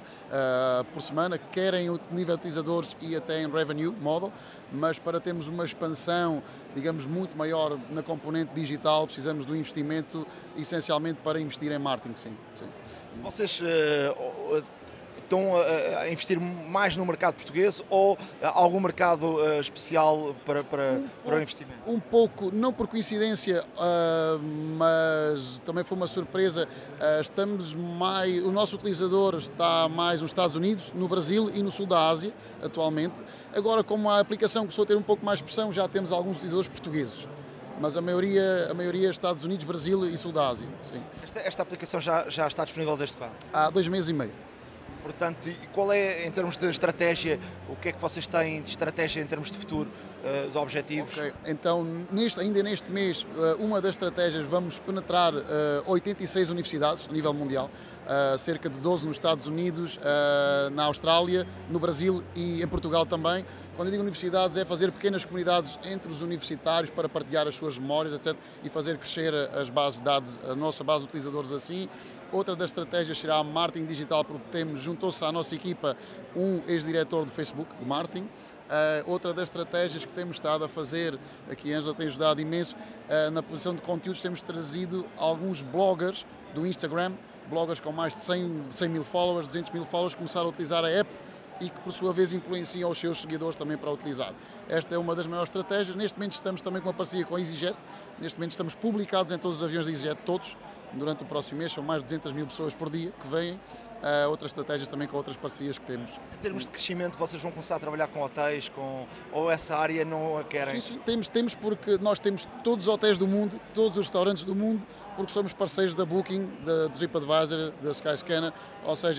por semana, quer em nível de utilizadores e até em revenue model, mas para termos uma expansão, digamos, muito maior na componente digital, precisamos de um investimento essencialmente para investir em marketing, sim. Vocês estão a investir mais no mercado português ou algum mercado especial para o investimento? Um pouco, não por coincidência, mas também foi uma surpresa, o nosso utilizador está mais nos Estados Unidos, no Brasil e no sul da Ásia, atualmente. Agora, como a aplicação começou a ter um pouco mais pressão, já temos alguns utilizadores portugueses. Mas a maioria Estados Unidos, Brasil e sul da Ásia. Sim. Esta aplicação já está disponível desde quando? Há 2 meses e meio. Portanto, qual é, em termos de estratégia, o que é que vocês têm de estratégia em termos de futuro, de objetivos? Okay. Então, ainda neste mês, uma das estratégias, vamos penetrar 86 universidades a nível mundial, cerca de 12 nos Estados Unidos, na Austrália, no Brasil e em Portugal também. Quando eu digo universidades, é fazer pequenas comunidades entre os universitários para partilhar as suas memórias, etc. E fazer crescer as bases de dados, a nossa base de utilizadores assim. Outra das estratégias será a marketing digital, porque juntou-se à nossa equipa um ex-diretor do Facebook, de marketing. Outra das estratégias que temos estado a fazer, aqui a Ângela tem ajudado imenso, na produção de conteúdos, temos trazido alguns bloggers do Instagram, bloggers com mais de 100 mil followers, 200 mil followers, começaram a utilizar a app e que por sua vez influenciam os seus seguidores também para utilizar. Esta é uma das maiores estratégias. Neste momento estamos também com uma parceria com a EasyJet, neste momento estamos publicados em todos os aviões da EasyJet, todos, durante o próximo mês, são mais de 200 mil pessoas por dia que vêm. Outras estratégias também com outras parcerias que temos. Em termos de crescimento, vocês vão começar a trabalhar com hotéis, ou essa área não a querem? Sim, temos porque nós temos todos os hotéis do mundo, todos os restaurantes do mundo, porque somos parceiros da Booking, da TripAdvisor, da Skyscanner, ou seja,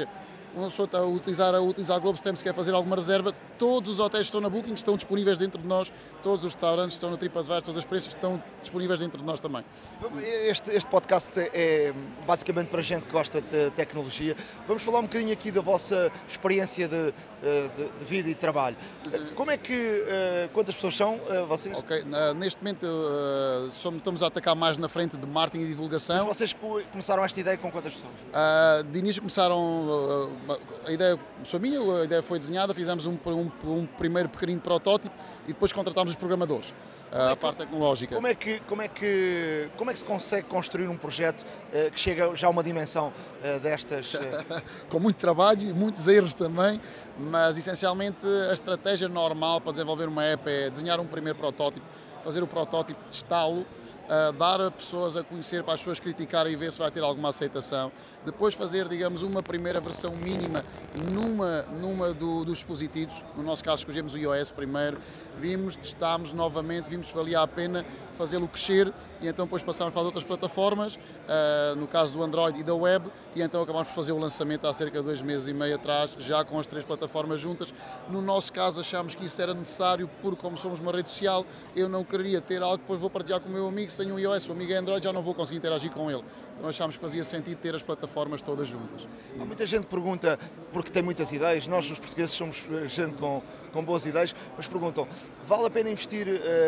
uma pessoa está a utilizar a Globestamp, se quer fazer alguma reserva, todos os hotéis estão na Booking, estão disponíveis dentro de nós, todos os restaurantes estão no TripAdvisor, todas as experiências estão disponíveis dentro de nós também. Este podcast é basicamente para gente que gosta de tecnologia. Vamos falar um bocadinho aqui da vossa experiência de vida e trabalho. Como é que, quantas pessoas são vocês? Ok, neste momento estamos a atacar mais na frente de marketing e divulgação. Mas vocês começaram esta ideia com quantas pessoas? De início começaram, a ideia foi minha, a ideia foi desenhada, fizemos um primeiro pequenino protótipo e depois contratámos os programadores. A parte tecnológica. Como é que se consegue construir um projeto que chega já a uma dimensão destas? Com muito trabalho e muitos erros também, mas essencialmente a estratégia normal para desenvolver uma app é desenhar um primeiro protótipo, fazer o protótipo, testá-lo, dar a pessoas a conhecer, para as pessoas criticarem e ver se vai ter alguma aceitação. Depois fazer, digamos, uma primeira versão mínima numa dos dispositivos. No nosso caso escolhemos o iOS primeiro, testámos novamente, vimos se valia a pena fazê-lo crescer e então depois passámos para as outras plataformas, no caso do Android e da web, e então acabámos por fazer o lançamento há cerca de 2 meses e meio atrás, já com as 3 plataformas juntas. No nosso caso achámos que isso era necessário, porque como somos uma rede social, eu não queria ter algo que depois vou partilhar com o meu amigo, se tenho um iOS, o amigo é Android, já não vou conseguir interagir com ele. Então achámos que fazia sentido ter as plataformas todas juntas. Há muita gente que pergunta, porque tem muitas ideias, nós os portugueses somos gente com boas ideias, mas perguntam, vale a pena investir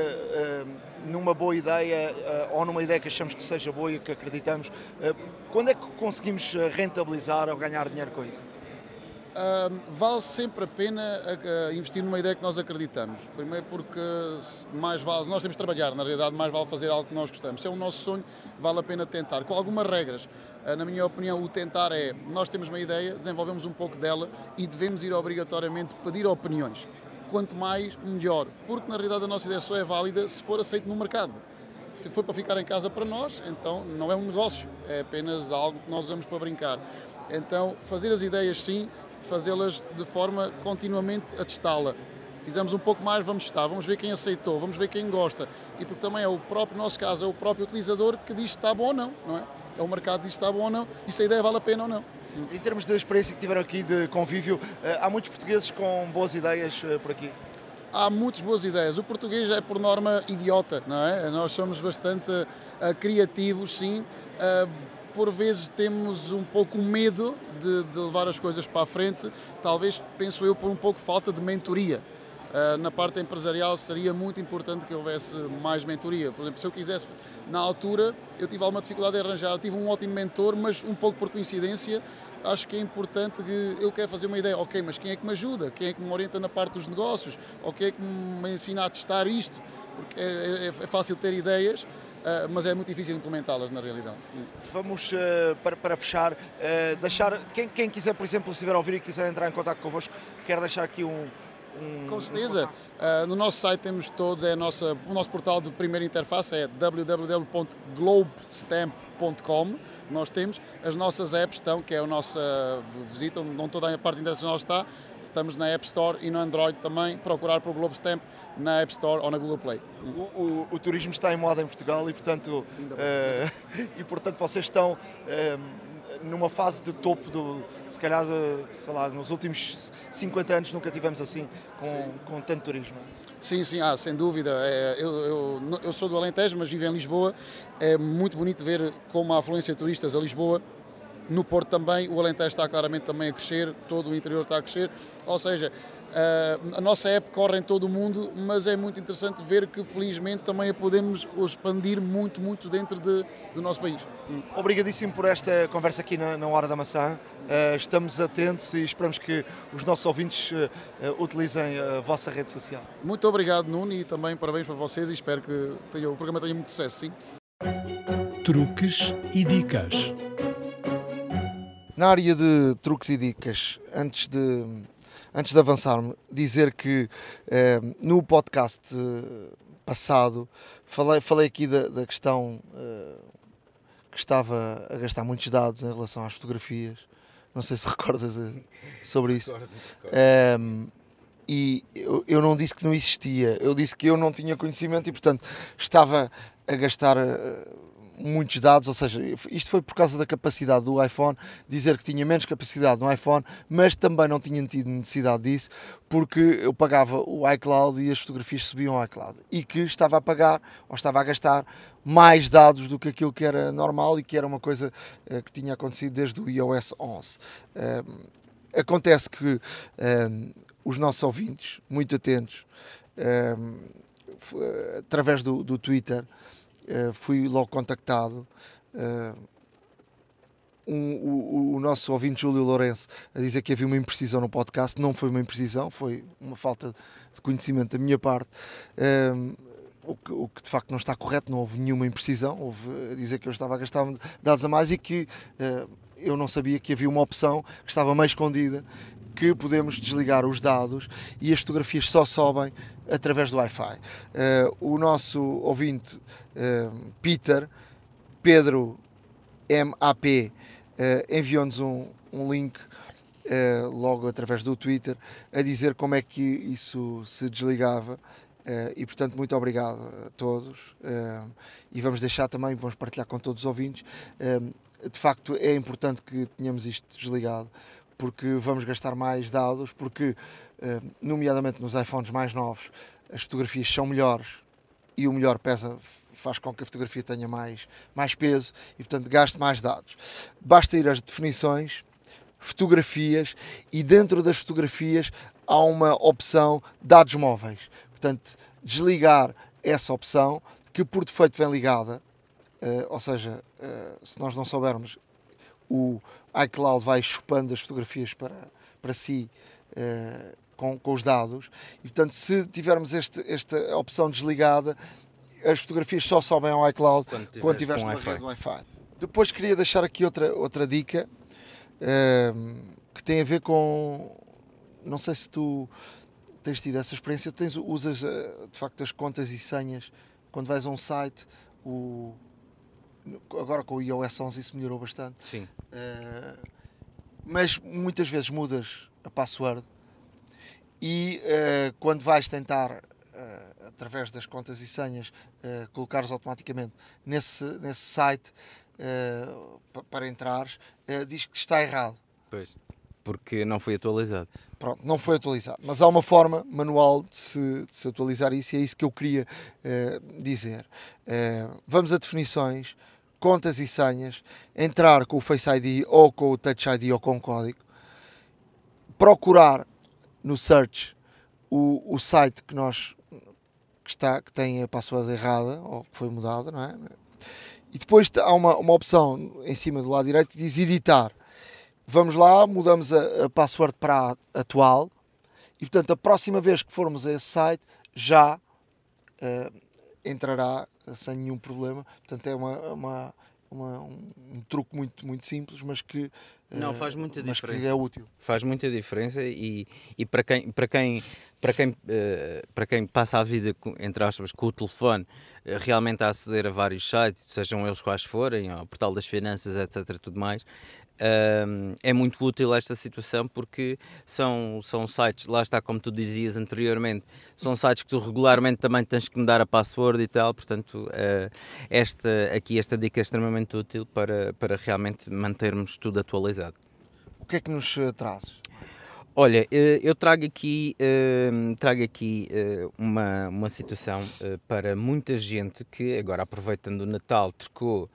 numa boa ideia ou numa ideia que achamos que seja boa e que acreditamos? Quando é que conseguimos rentabilizar ou ganhar dinheiro com isso? Vale sempre a pena investir numa ideia que nós acreditamos. Primeiro porque mais vale, nós temos de trabalhar, na realidade mais vale fazer algo que nós gostamos. Se é o nosso sonho, vale a pena tentar. Com algumas regras, na minha opinião, o tentar é, nós temos uma ideia, desenvolvemos um pouco dela e devemos ir obrigatoriamente pedir opiniões. Quanto mais, melhor. Porque na realidade a nossa ideia só é válida se for aceito no mercado. Se for para ficar em casa para nós, então não é um negócio, é apenas algo que nós usamos para brincar. Então, fazer as ideias sim, fazê-las de forma continuamente a testá-la. Fizemos um pouco mais, vamos testar, vamos ver quem aceitou, vamos ver quem gosta. E porque também é o próprio, no nosso caso, é o próprio utilizador que diz se está bom ou não, não é? É o mercado que diz se está bom ou não e se a ideia vale a pena ou não. Em termos de experiência que tiveram aqui de convívio, há muitos portugueses com boas ideias por aqui? Há muitas boas ideias. O português é, por norma, idiota, não é? Nós somos bastante criativos, sim. Por vezes temos um pouco medo de levar as coisas para a frente, talvez, penso eu, por um pouco falta de mentoria. Na parte empresarial seria muito importante que houvesse mais mentoria. Por exemplo, se eu quisesse, na altura, eu tive alguma dificuldade em arranjar, tive um ótimo mentor, mas um pouco por coincidência, acho que é importante que eu quero fazer uma ideia, ok, mas quem é que me ajuda? Quem é que me orienta na parte dos negócios? Ou quem é que me ensina a testar isto? Porque é fácil ter ideias, mas é muito difícil implementá-las na realidade. Vamos, para fechar, deixar, quem quiser, por exemplo, se estiver a ouvir e quiser entrar em contato convosco, quero deixar aqui com certeza. No nosso site temos todos, o nosso portal de primeira interface é www.globestamp.com. Nós temos as nossas apps, que é a nossa visita, onde toda a parte internacional está. Estamos na App Store e no Android também. Procurar por Globestamp na App Store ou na Google Play. O turismo está em moda em Portugal e, portanto, vocês estão numa fase de topo, se calhar, sei lá, nos últimos 50 anos nunca tivemos assim, com tanto turismo. Sim, sem dúvida. Eu sou do Alentejo, mas vivo em Lisboa. É muito bonito ver como há afluência de turistas a Lisboa. No Porto também, o Alentejo está claramente também a crescer, todo o interior está a crescer. Ou seja, a nossa app corre em todo o mundo, mas é muito interessante ver que felizmente também a podemos expandir muito, muito dentro do nosso país. Obrigadíssimo por esta conversa aqui na Hora da Maçã. Estamos atentos e esperamos que os nossos ouvintes utilizem a vossa rede social. Muito obrigado, Nuno, e também parabéns para vocês e espero que o programa tenha muito sucesso, sim. Truques e dicas. Na área de truques e dicas, antes de avançarmos, dizer que no podcast passado falei aqui da questão que estava a gastar muitos dados em relação às fotografias. Não sei se recordas sobre isso. Recordo. E eu não disse que não existia, eu disse que eu não tinha conhecimento e, portanto, estava a gastar muitos dados, ou seja, isto foi por causa da capacidade do iPhone, dizer que tinha menos capacidade no iPhone, mas também não tinha tido necessidade disso, porque eu pagava o iCloud e as fotografias subiam ao iCloud, e que estava a pagar, ou estava a gastar, mais dados do que aquilo que era normal e que era uma coisa que tinha acontecido desde o iOS 11. Acontece que os nossos ouvintes, muito atentos, através do Twitter, fui logo contactado. O nosso ouvinte Júlio Lourenço a dizer que havia uma imprecisão no podcast. Não foi uma imprecisão, foi uma falta de conhecimento da minha parte, o que de facto não está correto. Não houve nenhuma imprecisão, houve a dizer que eu estava a gastar dados a mais e que eu não sabia que havia uma opção que estava meio escondida, que podemos desligar os dados e as fotografias só sobem através do Wi-Fi. O nosso ouvinte Pedro MAP enviou-nos um link logo através do Twitter a dizer como é que isso se desligava. E portanto, muito obrigado a todos, e vamos deixar também, vamos partilhar com todos os ouvintes. De facto é importante que tenhamos isto desligado, porque vamos gastar mais dados, porque nomeadamente nos iPhones mais novos as fotografias são melhores e o melhor pesa, faz com que a fotografia tenha mais peso e portanto gaste mais dados. Basta ir às definições, fotografias, e dentro das fotografias há uma opção dados móveis. Portanto, desligar essa opção, que por defeito vem ligada, ou seja, se nós não soubermos, o iCloud vai chupando as fotografias para si com os dados, e portanto, se tivermos esta opção desligada, as fotografias só sobem ao iCloud quando tiveres uma rede Wi-Fi. Depois queria deixar aqui outra dica que tem a ver com, não sei se tu tens tido essa experiência, usas de facto as contas e senhas quando vais a um site. Agora com o iOS 11 isso melhorou bastante. Sim. Mas muitas vezes mudas a password e quando vais tentar através das contas e senhas colocares automaticamente nesse site para entrares, diz que está errado. Pois, porque não foi atualizado. Pronto, não foi atualizado, mas há uma forma manual de se atualizar isso, e é isso que eu queria dizer. Vamos a definições, contas e senhas, entrar com o Face ID ou com o Touch ID ou com o código, procurar no search o site que tem a password errada ou que foi mudada, não é? E depois há uma opção em cima do lado direito que diz editar. Vamos lá, mudamos a password para a atual e, portanto, a próxima vez que formos a esse site já entrará sem nenhum problema. Portanto, é um truque muito, muito simples, mas que, não, faz muita diferença. Que é útil. Faz muita diferença e para quem passa a vida, entre aspas, com o telefone, realmente a aceder a vários sites, sejam eles quais forem, ao portal das finanças, etc., tudo mais, é muito útil esta situação, porque são sites, lá está, como tu dizias anteriormente, são sites que tu regularmente também tens que mudar a password e tal, portanto esta dica é extremamente útil para realmente mantermos tudo atualizado. O que é que nos trazes? Olha, eu trago aqui uma situação para muita gente que agora, aproveitando o Natal, trocou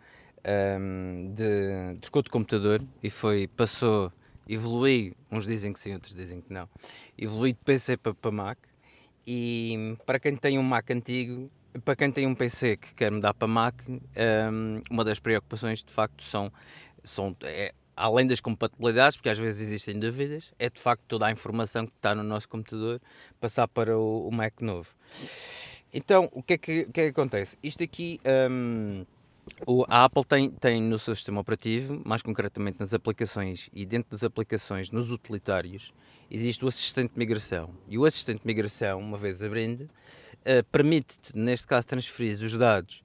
de computador e evoluiu, uns dizem que sim, outros dizem que não, evoluiu de PC para Mac. E para quem tem um Mac antigo, para quem tem um PC que quer mudar para Mac, uma das preocupações de facto além das compatibilidades, porque às vezes existem dúvidas, é de facto toda a informação que está no nosso computador passar para o Mac novo. Então, o que é que acontece? Isto aqui, a Apple tem no seu sistema operativo, mais concretamente nas aplicações e dentro das aplicações, nos utilitários, existe o assistente de migração. E o assistente de migração, uma vez abrindo, permite-te, neste caso, transferir os dados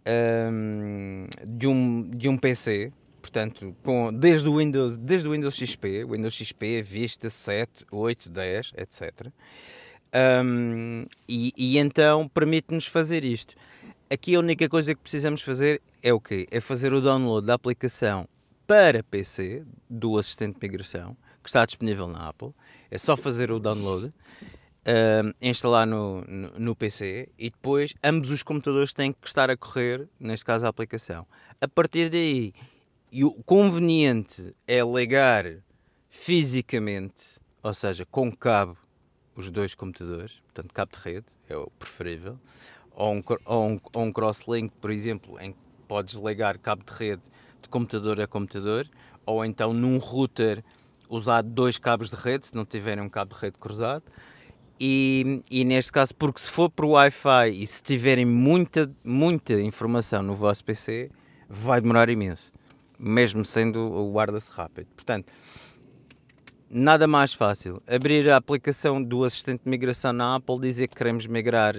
de um PC, portanto, desde o Windows XP, Vista 7, 8, 10, etc. E então permite-nos fazer isto. Aqui a única coisa que precisamos fazer é o quê? É fazer o download da aplicação para PC do assistente de migração, que está disponível na Apple. É só fazer o download, instalar no PC e depois ambos os computadores têm que estar a correr, neste caso a aplicação. A partir daí, e o conveniente é ligar fisicamente, ou seja, com cabo, os dois computadores, portanto cabo de rede, é o preferível, ou um crosslink, por exemplo, em que podes ligar cabo de rede de computador a computador, ou então num router usar 2 cabos de rede, se não tiverem um cabo de rede cruzado, e neste caso, porque se for por Wi-Fi e se tiverem muita informação no vosso PC, vai demorar imenso, mesmo sendo o wireless rápido. Portanto, nada mais fácil, abrir a aplicação do assistente de migração na Apple, dizer que queremos migrar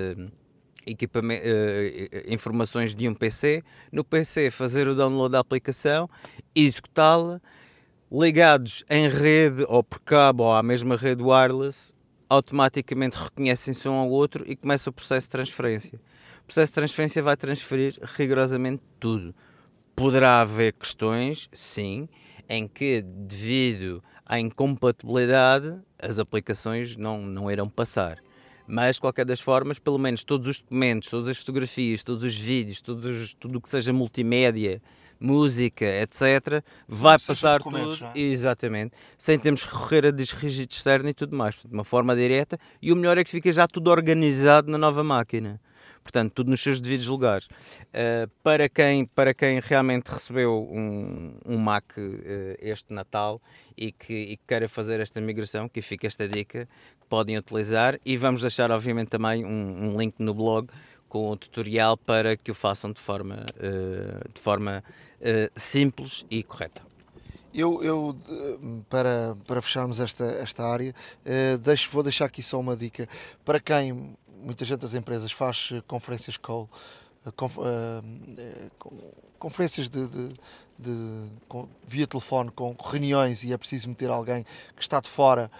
informações de um PC, no PC fazer o download da aplicação, executá-la, ligados em rede ou por cabo ou à mesma rede wireless, automaticamente reconhecem-se um ao outro e começa o processo de transferência. O processo de transferência vai transferir rigorosamente tudo. Poderá haver questões, sim, em que, devido à incompatibilidade, as aplicações não irão passar. Mas, de qualquer das formas, pelo menos todos os documentos, todas as fotografias, todos os vídeos, tudo o que seja multimédia, música, etc., vai passar tudo, não é? Exatamente, sem termos que recorrer a disco rígido externo e tudo mais, de uma forma direta, e o melhor é que fica já tudo organizado na nova máquina. Portanto, tudo nos seus devidos lugares. Para quem realmente recebeu um Mac este Natal e que queira fazer esta migração, que fica esta dica, que podem utilizar, e vamos deixar obviamente também um link no blog com o tutorial para que o façam de forma simples e correta. Eu para fecharmos esta área, vou deixar aqui só uma dica para quem, muita gente das empresas faz conferências call, conferências via telefone com reuniões e é preciso meter alguém que está de fora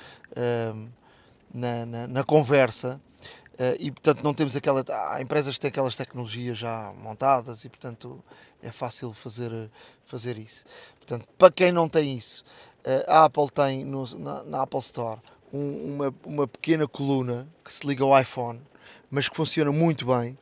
na conversa. E portanto não temos há empresas que têm aquelas tecnologias já montadas e portanto é fácil fazer isso. Portanto, para quem não tem isso, a Apple tem na Apple Store uma pequena coluna que se liga ao iPhone, mas que funciona muito bem,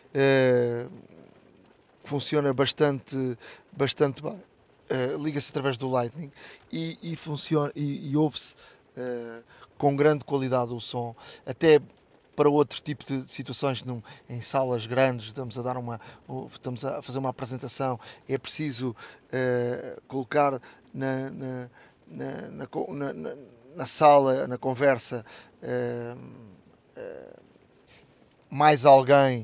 funciona bastante bem. Liga-se através do Lightning e funciona e ouve-se com grande qualidade o som, até para outro tipo de situações, em salas grandes, estamos a fazer uma apresentação, é preciso colocar na sala, na conversa, mais alguém.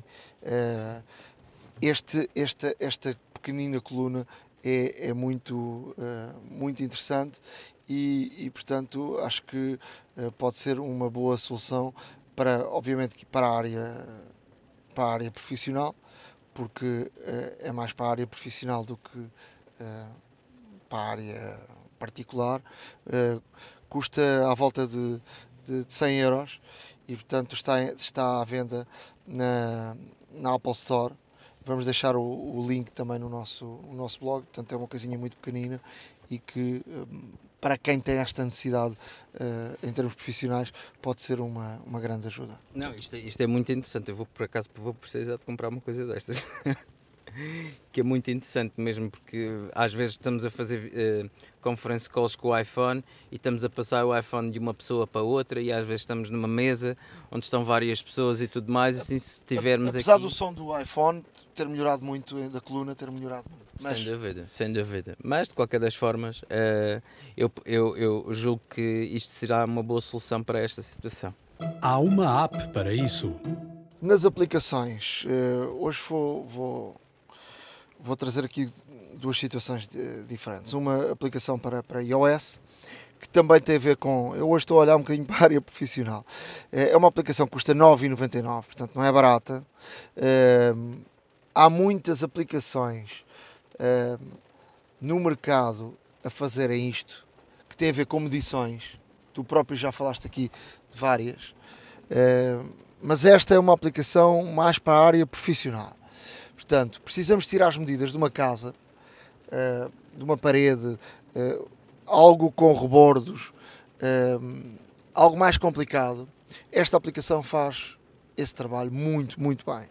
Esta pequenina coluna é muito interessante e portanto acho que pode ser uma boa solução obviamente para a área profissional, porque é mais para a área profissional do que para a área particular. Custa à volta de 100 euros e portanto está à venda na Apple Store. Vamos deixar o link também no nosso blog. Portanto é uma coisinha muito pequenina e que para quem tem esta necessidade em termos profissionais pode ser uma grande ajuda. Não, isto é muito interessante. Eu por acaso vou precisar de comprar uma coisa destas. Que é muito interessante mesmo, porque às vezes estamos a fazer conference calls com o iPhone e estamos a passar o iPhone de uma pessoa para outra e às vezes estamos numa mesa onde estão várias pessoas e tudo mais, e assim se tivermos apesar aqui... do som do iPhone ter melhorado muito, da coluna ter melhorado muito. Mas... Sem dúvida. Mas de qualquer das formas, eu julgo que isto será uma boa solução para esta situação. Há uma app para isso. Nas aplicações, hoje vou trazer aqui duas situações diferentes. Uma aplicação para iOS, que também tem a ver com... Eu hoje estou a olhar um bocadinho para a área profissional. É uma aplicação que custa 9,99, portanto não é barata. Há muitas aplicações no mercado a fazerem isto, que tem a ver com medições. Tu próprio já falaste aqui de várias. mas esta é uma aplicação mais para a área profissional. Portanto, precisamos tirar as medidas de uma casa, de uma parede, algo com rebordos, algo mais complicado. Esta aplicação faz esse trabalho muito, muito bem.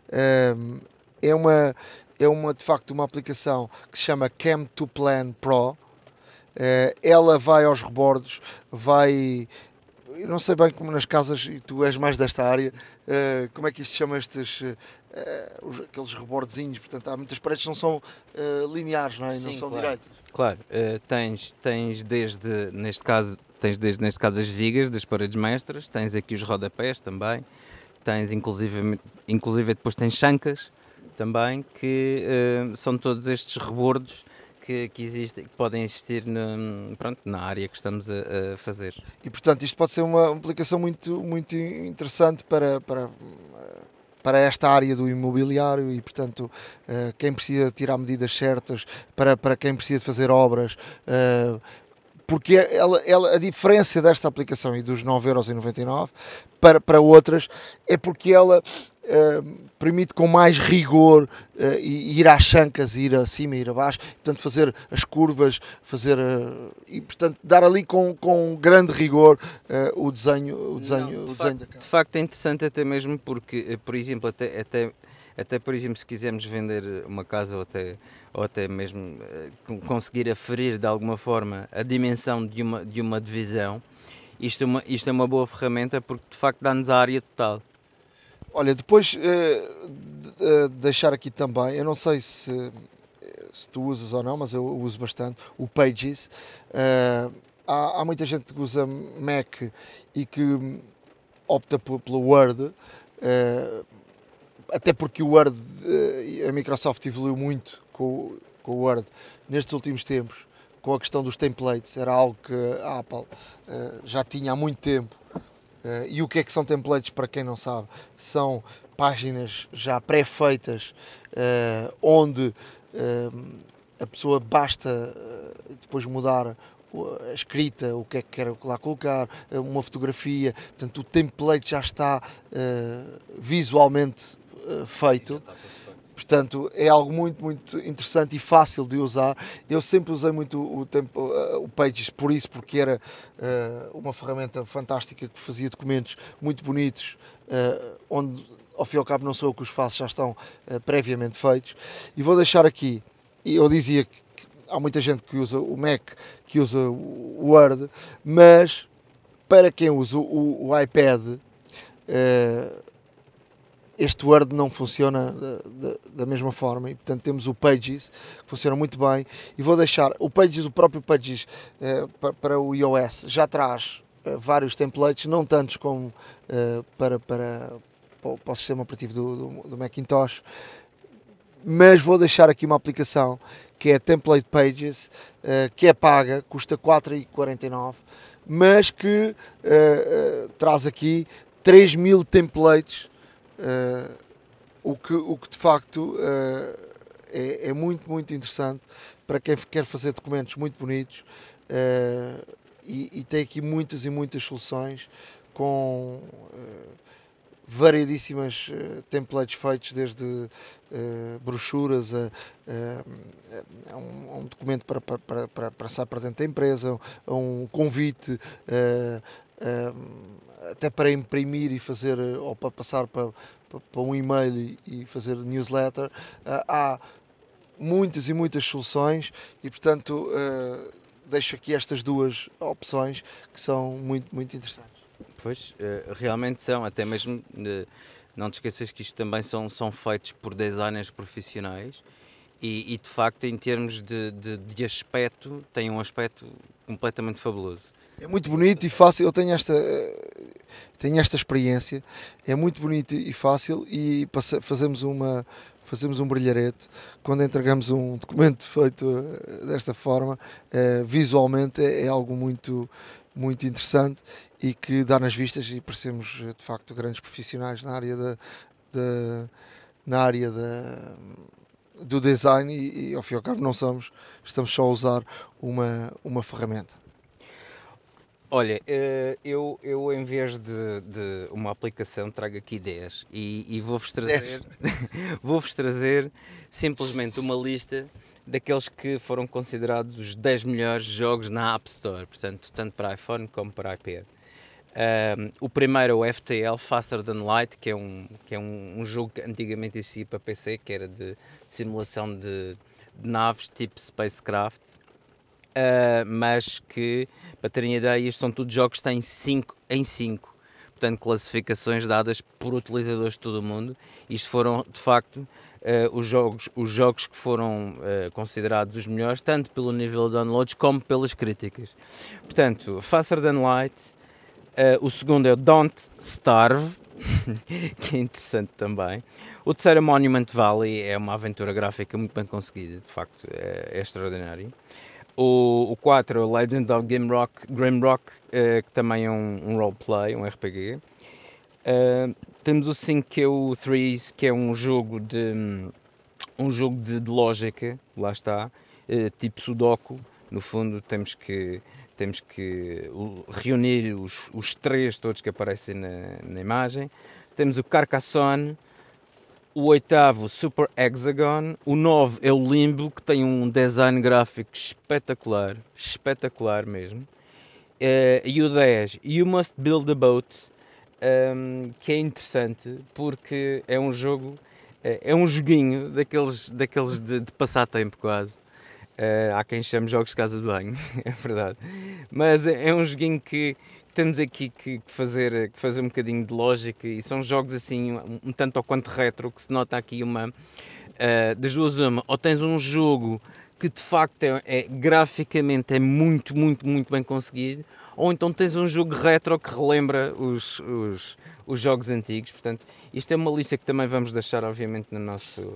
É de facto uma aplicação que se chama Cam2Plan Pro. Ela vai aos rebordos, eu não sei bem como nas casas, e tu és mais desta área, como é que isto se chama, aqueles rebordezinhos, portanto há muitas paredes que não são lineares, não é? Não são direitas. Claro, tens desde neste caso as vigas das paredes mestras, tens aqui os rodapés também, tens inclusive depois tens chancas também, que são todos estes rebordos que existem, que podem existir na área que estamos a fazer. E portanto isto pode ser uma aplicação muito, muito interessante para esta área do imobiliário e portanto quem precisa tirar medidas certas, para quem precisa de fazer obras, porque a diferença desta aplicação e dos 9,99€ para outras é porque ela permite com mais rigor ir às chancas, ir acima, ir abaixo, portanto fazer as curvas, e portanto dar ali com grande rigor o desenho da casa. De facto é interessante até mesmo porque, por exemplo, até por exemplo, se quisermos vender uma casa ou até mesmo conseguir aferir de alguma forma a dimensão de uma divisão, isto é uma boa ferramenta porque de facto dá-nos a área total. Olha, depois deixar aqui também, eu não sei se tu usas ou não, mas eu uso bastante, o Pages. Há muita gente que usa Mac e que opta pelo Word, até porque o Word, a Microsoft evoluiu muito com o Word nestes últimos tempos, com a questão dos templates, era algo que a Apple já tinha há muito tempo. E o que é que são templates, para quem não sabe? São páginas já pré-feitas, onde a pessoa basta depois mudar a escrita, o que é que quer lá colocar, uma fotografia, portanto o template já está visualmente feito. Portanto, é algo muito, muito interessante e fácil de usar. Eu sempre usei muito o Pages porque era uma ferramenta fantástica que fazia documentos muito bonitos, onde, ao fim e ao cabo, não sou eu que os faço, já estão previamente feitos. E vou deixar aqui, eu dizia que há muita gente que usa o Mac, que usa o Word, mas para quem usa o iPad, este Word não funciona da mesma forma e portanto temos o Pages, que funciona muito bem, e vou deixar o próprio Pages para o iOS, já traz vários templates, não tantos como para o sistema operativo do Macintosh, mas vou deixar aqui uma aplicação que é Template Pages, que é paga, custa 4,49€, mas que traz aqui 3.000 templates. O que de facto é muito, muito interessante para quem quer fazer documentos muito bonitos, e tem aqui muitas e muitas soluções com variedíssimas templates feitos, desde brochuras a um documento para passar para dentro da empresa, a um convite, até para imprimir e fazer, ou para passar para um e-mail e fazer newsletter. Há muitas e muitas soluções e, portanto, deixo aqui estas duas opções que são muito, muito interessantes. Pois, realmente são, até mesmo, não te esqueças que isto também são feitos por designers profissionais e de facto, em termos de aspecto, tem um aspecto completamente fabuloso. É muito bonito e fácil, eu tenho esta experiência, é muito bonito e fácil, e fazemos um brilharete quando entregamos um documento feito desta forma. Visualmente é algo muito, muito interessante e que dá nas vistas, e parecemos de facto grandes profissionais na área do design e ao fim e ao cabo não somos, estamos só a usar uma ferramenta. Olha, eu em vez de uma aplicação trago aqui 10 e vou-vos trazer, vou-vos trazer simplesmente uma lista daqueles que foram considerados os 10 melhores jogos na App Store, portanto, tanto para iPhone como para iPad. O primeiro é o FTL, Faster Than Light, que é um jogo que antigamente existia para PC, que era de simulação de naves tipo Spacecraft, mas que, para terem ideia, isto são todos jogos que têm 5 em 5, portanto classificações dadas por utilizadores de todo o mundo. Isto foram, de facto, os jogos que foram considerados os melhores, tanto pelo nível de downloads como pelas críticas. Portanto, Faster Than Light. O segundo é o Don't Starve, que é interessante também. O terceiro é Monument Valley, é uma aventura gráfica muito bem conseguida, de facto é extraordinário. O 4 é o Legend of Grimrock, que também é um roleplay, um RPG. Temos o 5, que é o Threes, que é um jogo de lógica, lá está, tipo Sudoku. No fundo temos que reunir os três todos que aparecem na imagem. Temos o Carcassonne, o 8º Super Hexagon, o 9 é o Limbo, que tem um design gráfico espetacular mesmo, e o 10, You Must Build a Boat, que é interessante porque é um jogo, é um joguinho daqueles de passar tempo quase. Há quem chame jogos de casa de banho, é verdade, mas é um joguinho que temos aqui que fazer um bocadinho de lógica, e são jogos assim um tanto ou quanto retro, que se nota aqui das duas uma, ou tens um jogo que de facto graficamente é muito bem conseguido, ou então tens um jogo retro que relembra os jogos antigos. Portanto, isto é uma lista que também vamos deixar obviamente no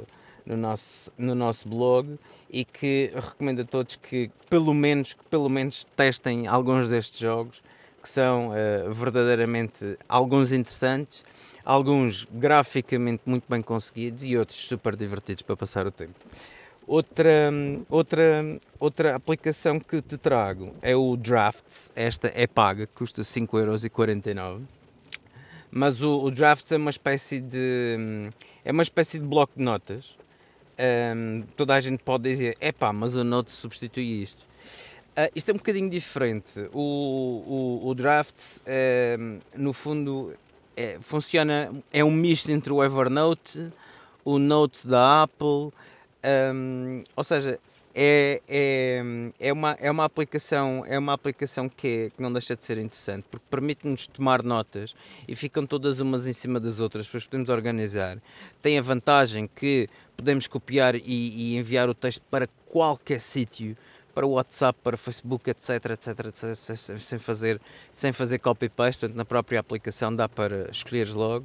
nosso blog, e que recomendo a todos que pelo menos testem alguns destes jogos, que são verdadeiramente alguns interessantes, alguns graficamente muito bem conseguidos e outros super divertidos para passar o tempo. Outra aplicação que te trago é o Drafts. Esta é paga, custa 5,49€, mas o Drafts é uma espécie de bloco de notas. Toda a gente pode dizer, mas o Notes substitui isto. Isto é um bocadinho diferente. O Drafts, no fundo, funciona, é um misto entre o Evernote, o Notes da Apple, ou seja, é uma aplicação que não deixa de ser interessante, porque permite-nos tomar notas e ficam todas umas em cima das outras, depois podemos organizar. Tem a vantagem que podemos copiar e enviar o texto para qualquer sítio, para o WhatsApp, para o Facebook, etc, sem fazer copy-paste. Portanto, na própria aplicação dá para escolheres logo.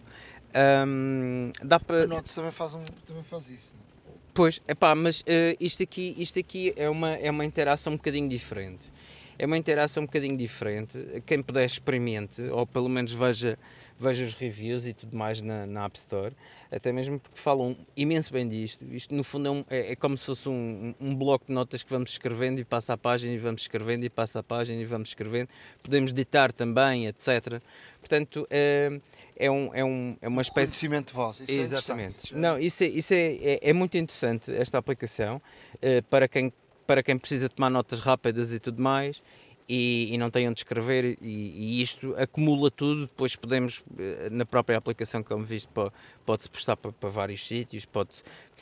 O Notes também faz isso. Pois, mas isto aqui é uma interação um bocadinho diferente. É uma interação um bocadinho diferente. Quem puder experimente, ou pelo menos veja os reviews e tudo mais na App Store, até mesmo porque falam imenso bem disto. Isto no fundo é como se fosse um bloco de notas que vamos escrevendo e passa a página, e vamos escrevendo e passa a página e vamos escrevendo. Podemos ditar também, etc. Portanto, é uma espécie... Conhecimento de voz, isso Exatamente. É interessante. Não, isso é muito interessante, esta aplicação, para quem precisa tomar notas rápidas e tudo mais, e não tem onde escrever, e isto acumula tudo. Depois podemos, na própria aplicação, como visto, pode-se postar para vários sítios, pode-se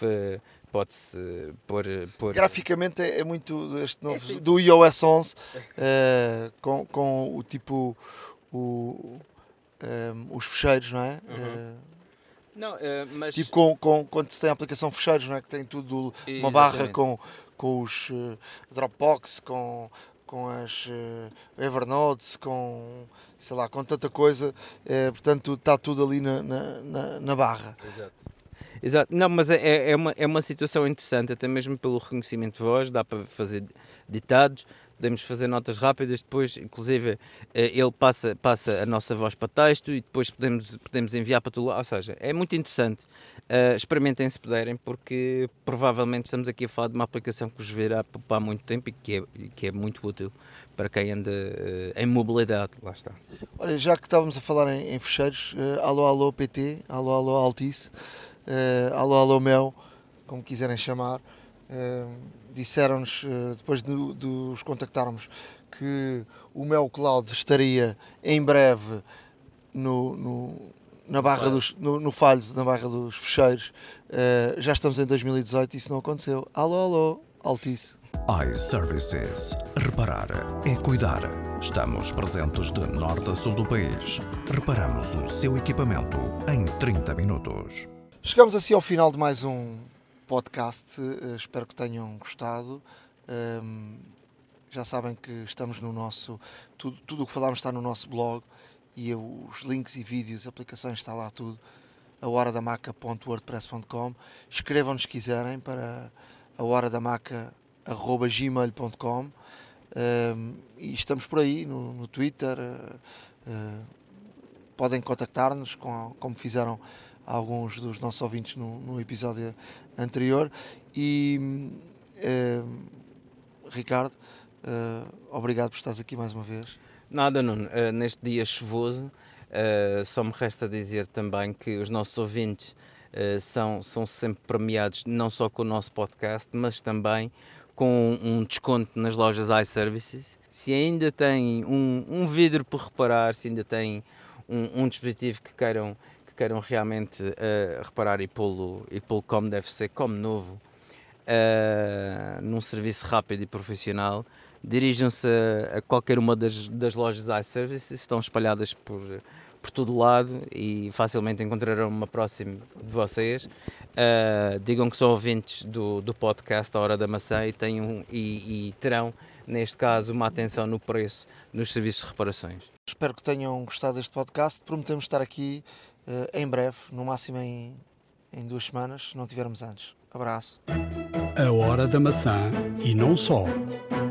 pôr... Graficamente é muito este novo, do iOS 11, com o tipo... os fecheiros, não é? Não, mas... Tipo quando se tem a aplicação fecheiros, não é? Que tem tudo, uma barra com os Dropbox, com as Evernotes, com tanta coisa, portanto está tudo ali na barra. Exato. Exato. Não, mas é uma situação interessante, até mesmo pelo reconhecimento de voz, dá para fazer ditados, podemos fazer notas rápidas, depois, inclusive, ele passa a nossa voz para texto e depois podemos enviar para todo lado. Ou seja, é muito interessante. Experimentem se puderem, porque provavelmente estamos aqui a falar de uma aplicação que vos virá poupar muito tempo e que é muito útil para quem anda em mobilidade. Lá está. Olha, já que estávamos a falar em fecheiros, alô PT, alô Altice, alô Mel, como quiserem chamar, disseram-nos, depois de os contactarmos, que o Mel Cloud estaria em breve na Barra no Falhos, na Barra dos Fecheiros. Já estamos em 2018 e isso não aconteceu. Alô Altice. iServices. Reparar é cuidar. Estamos presentes de norte a sul do país. Reparamos o seu equipamento em 30 minutos. Chegamos assim ao final de mais um podcast. Espero que tenham gostado. Já sabem que estamos no nosso... Tudo o que falámos está no nosso blog e os links e vídeos, aplicações, está lá tudo. ahoradamaca.wordpress.com. Escrevam-nos se quiserem para ahoradamaca@gmail.com. E estamos por aí no Twitter. Podem contactar-nos como fizeram alguns dos nossos ouvintes no episódio anterior. E Ricardo, obrigado por estares aqui mais uma vez. Nada, Nuno. Neste dia chuvoso, só me resta dizer também que os nossos ouvintes são sempre premiados não só com o nosso podcast, mas também com um desconto nas lojas iServices. Se ainda têm um vidro por reparar, se ainda têm um dispositivo que queiram realmente reparar e pô-lo como deve ser, como novo, num serviço rápido e profissional, dirijam-se a qualquer uma das lojas iServices, estão espalhadas por todo lado e facilmente encontrarão uma próxima de vocês. Digam que são ouvintes do podcast A Hora da Maçã e terão, neste caso, uma atenção no preço nos serviços de reparações. Espero que tenham gostado deste podcast. Prometemos estar aqui em breve, no máximo em 2 semanas, se não tivermos antes. Abraço. A Hora da Maçã e não só.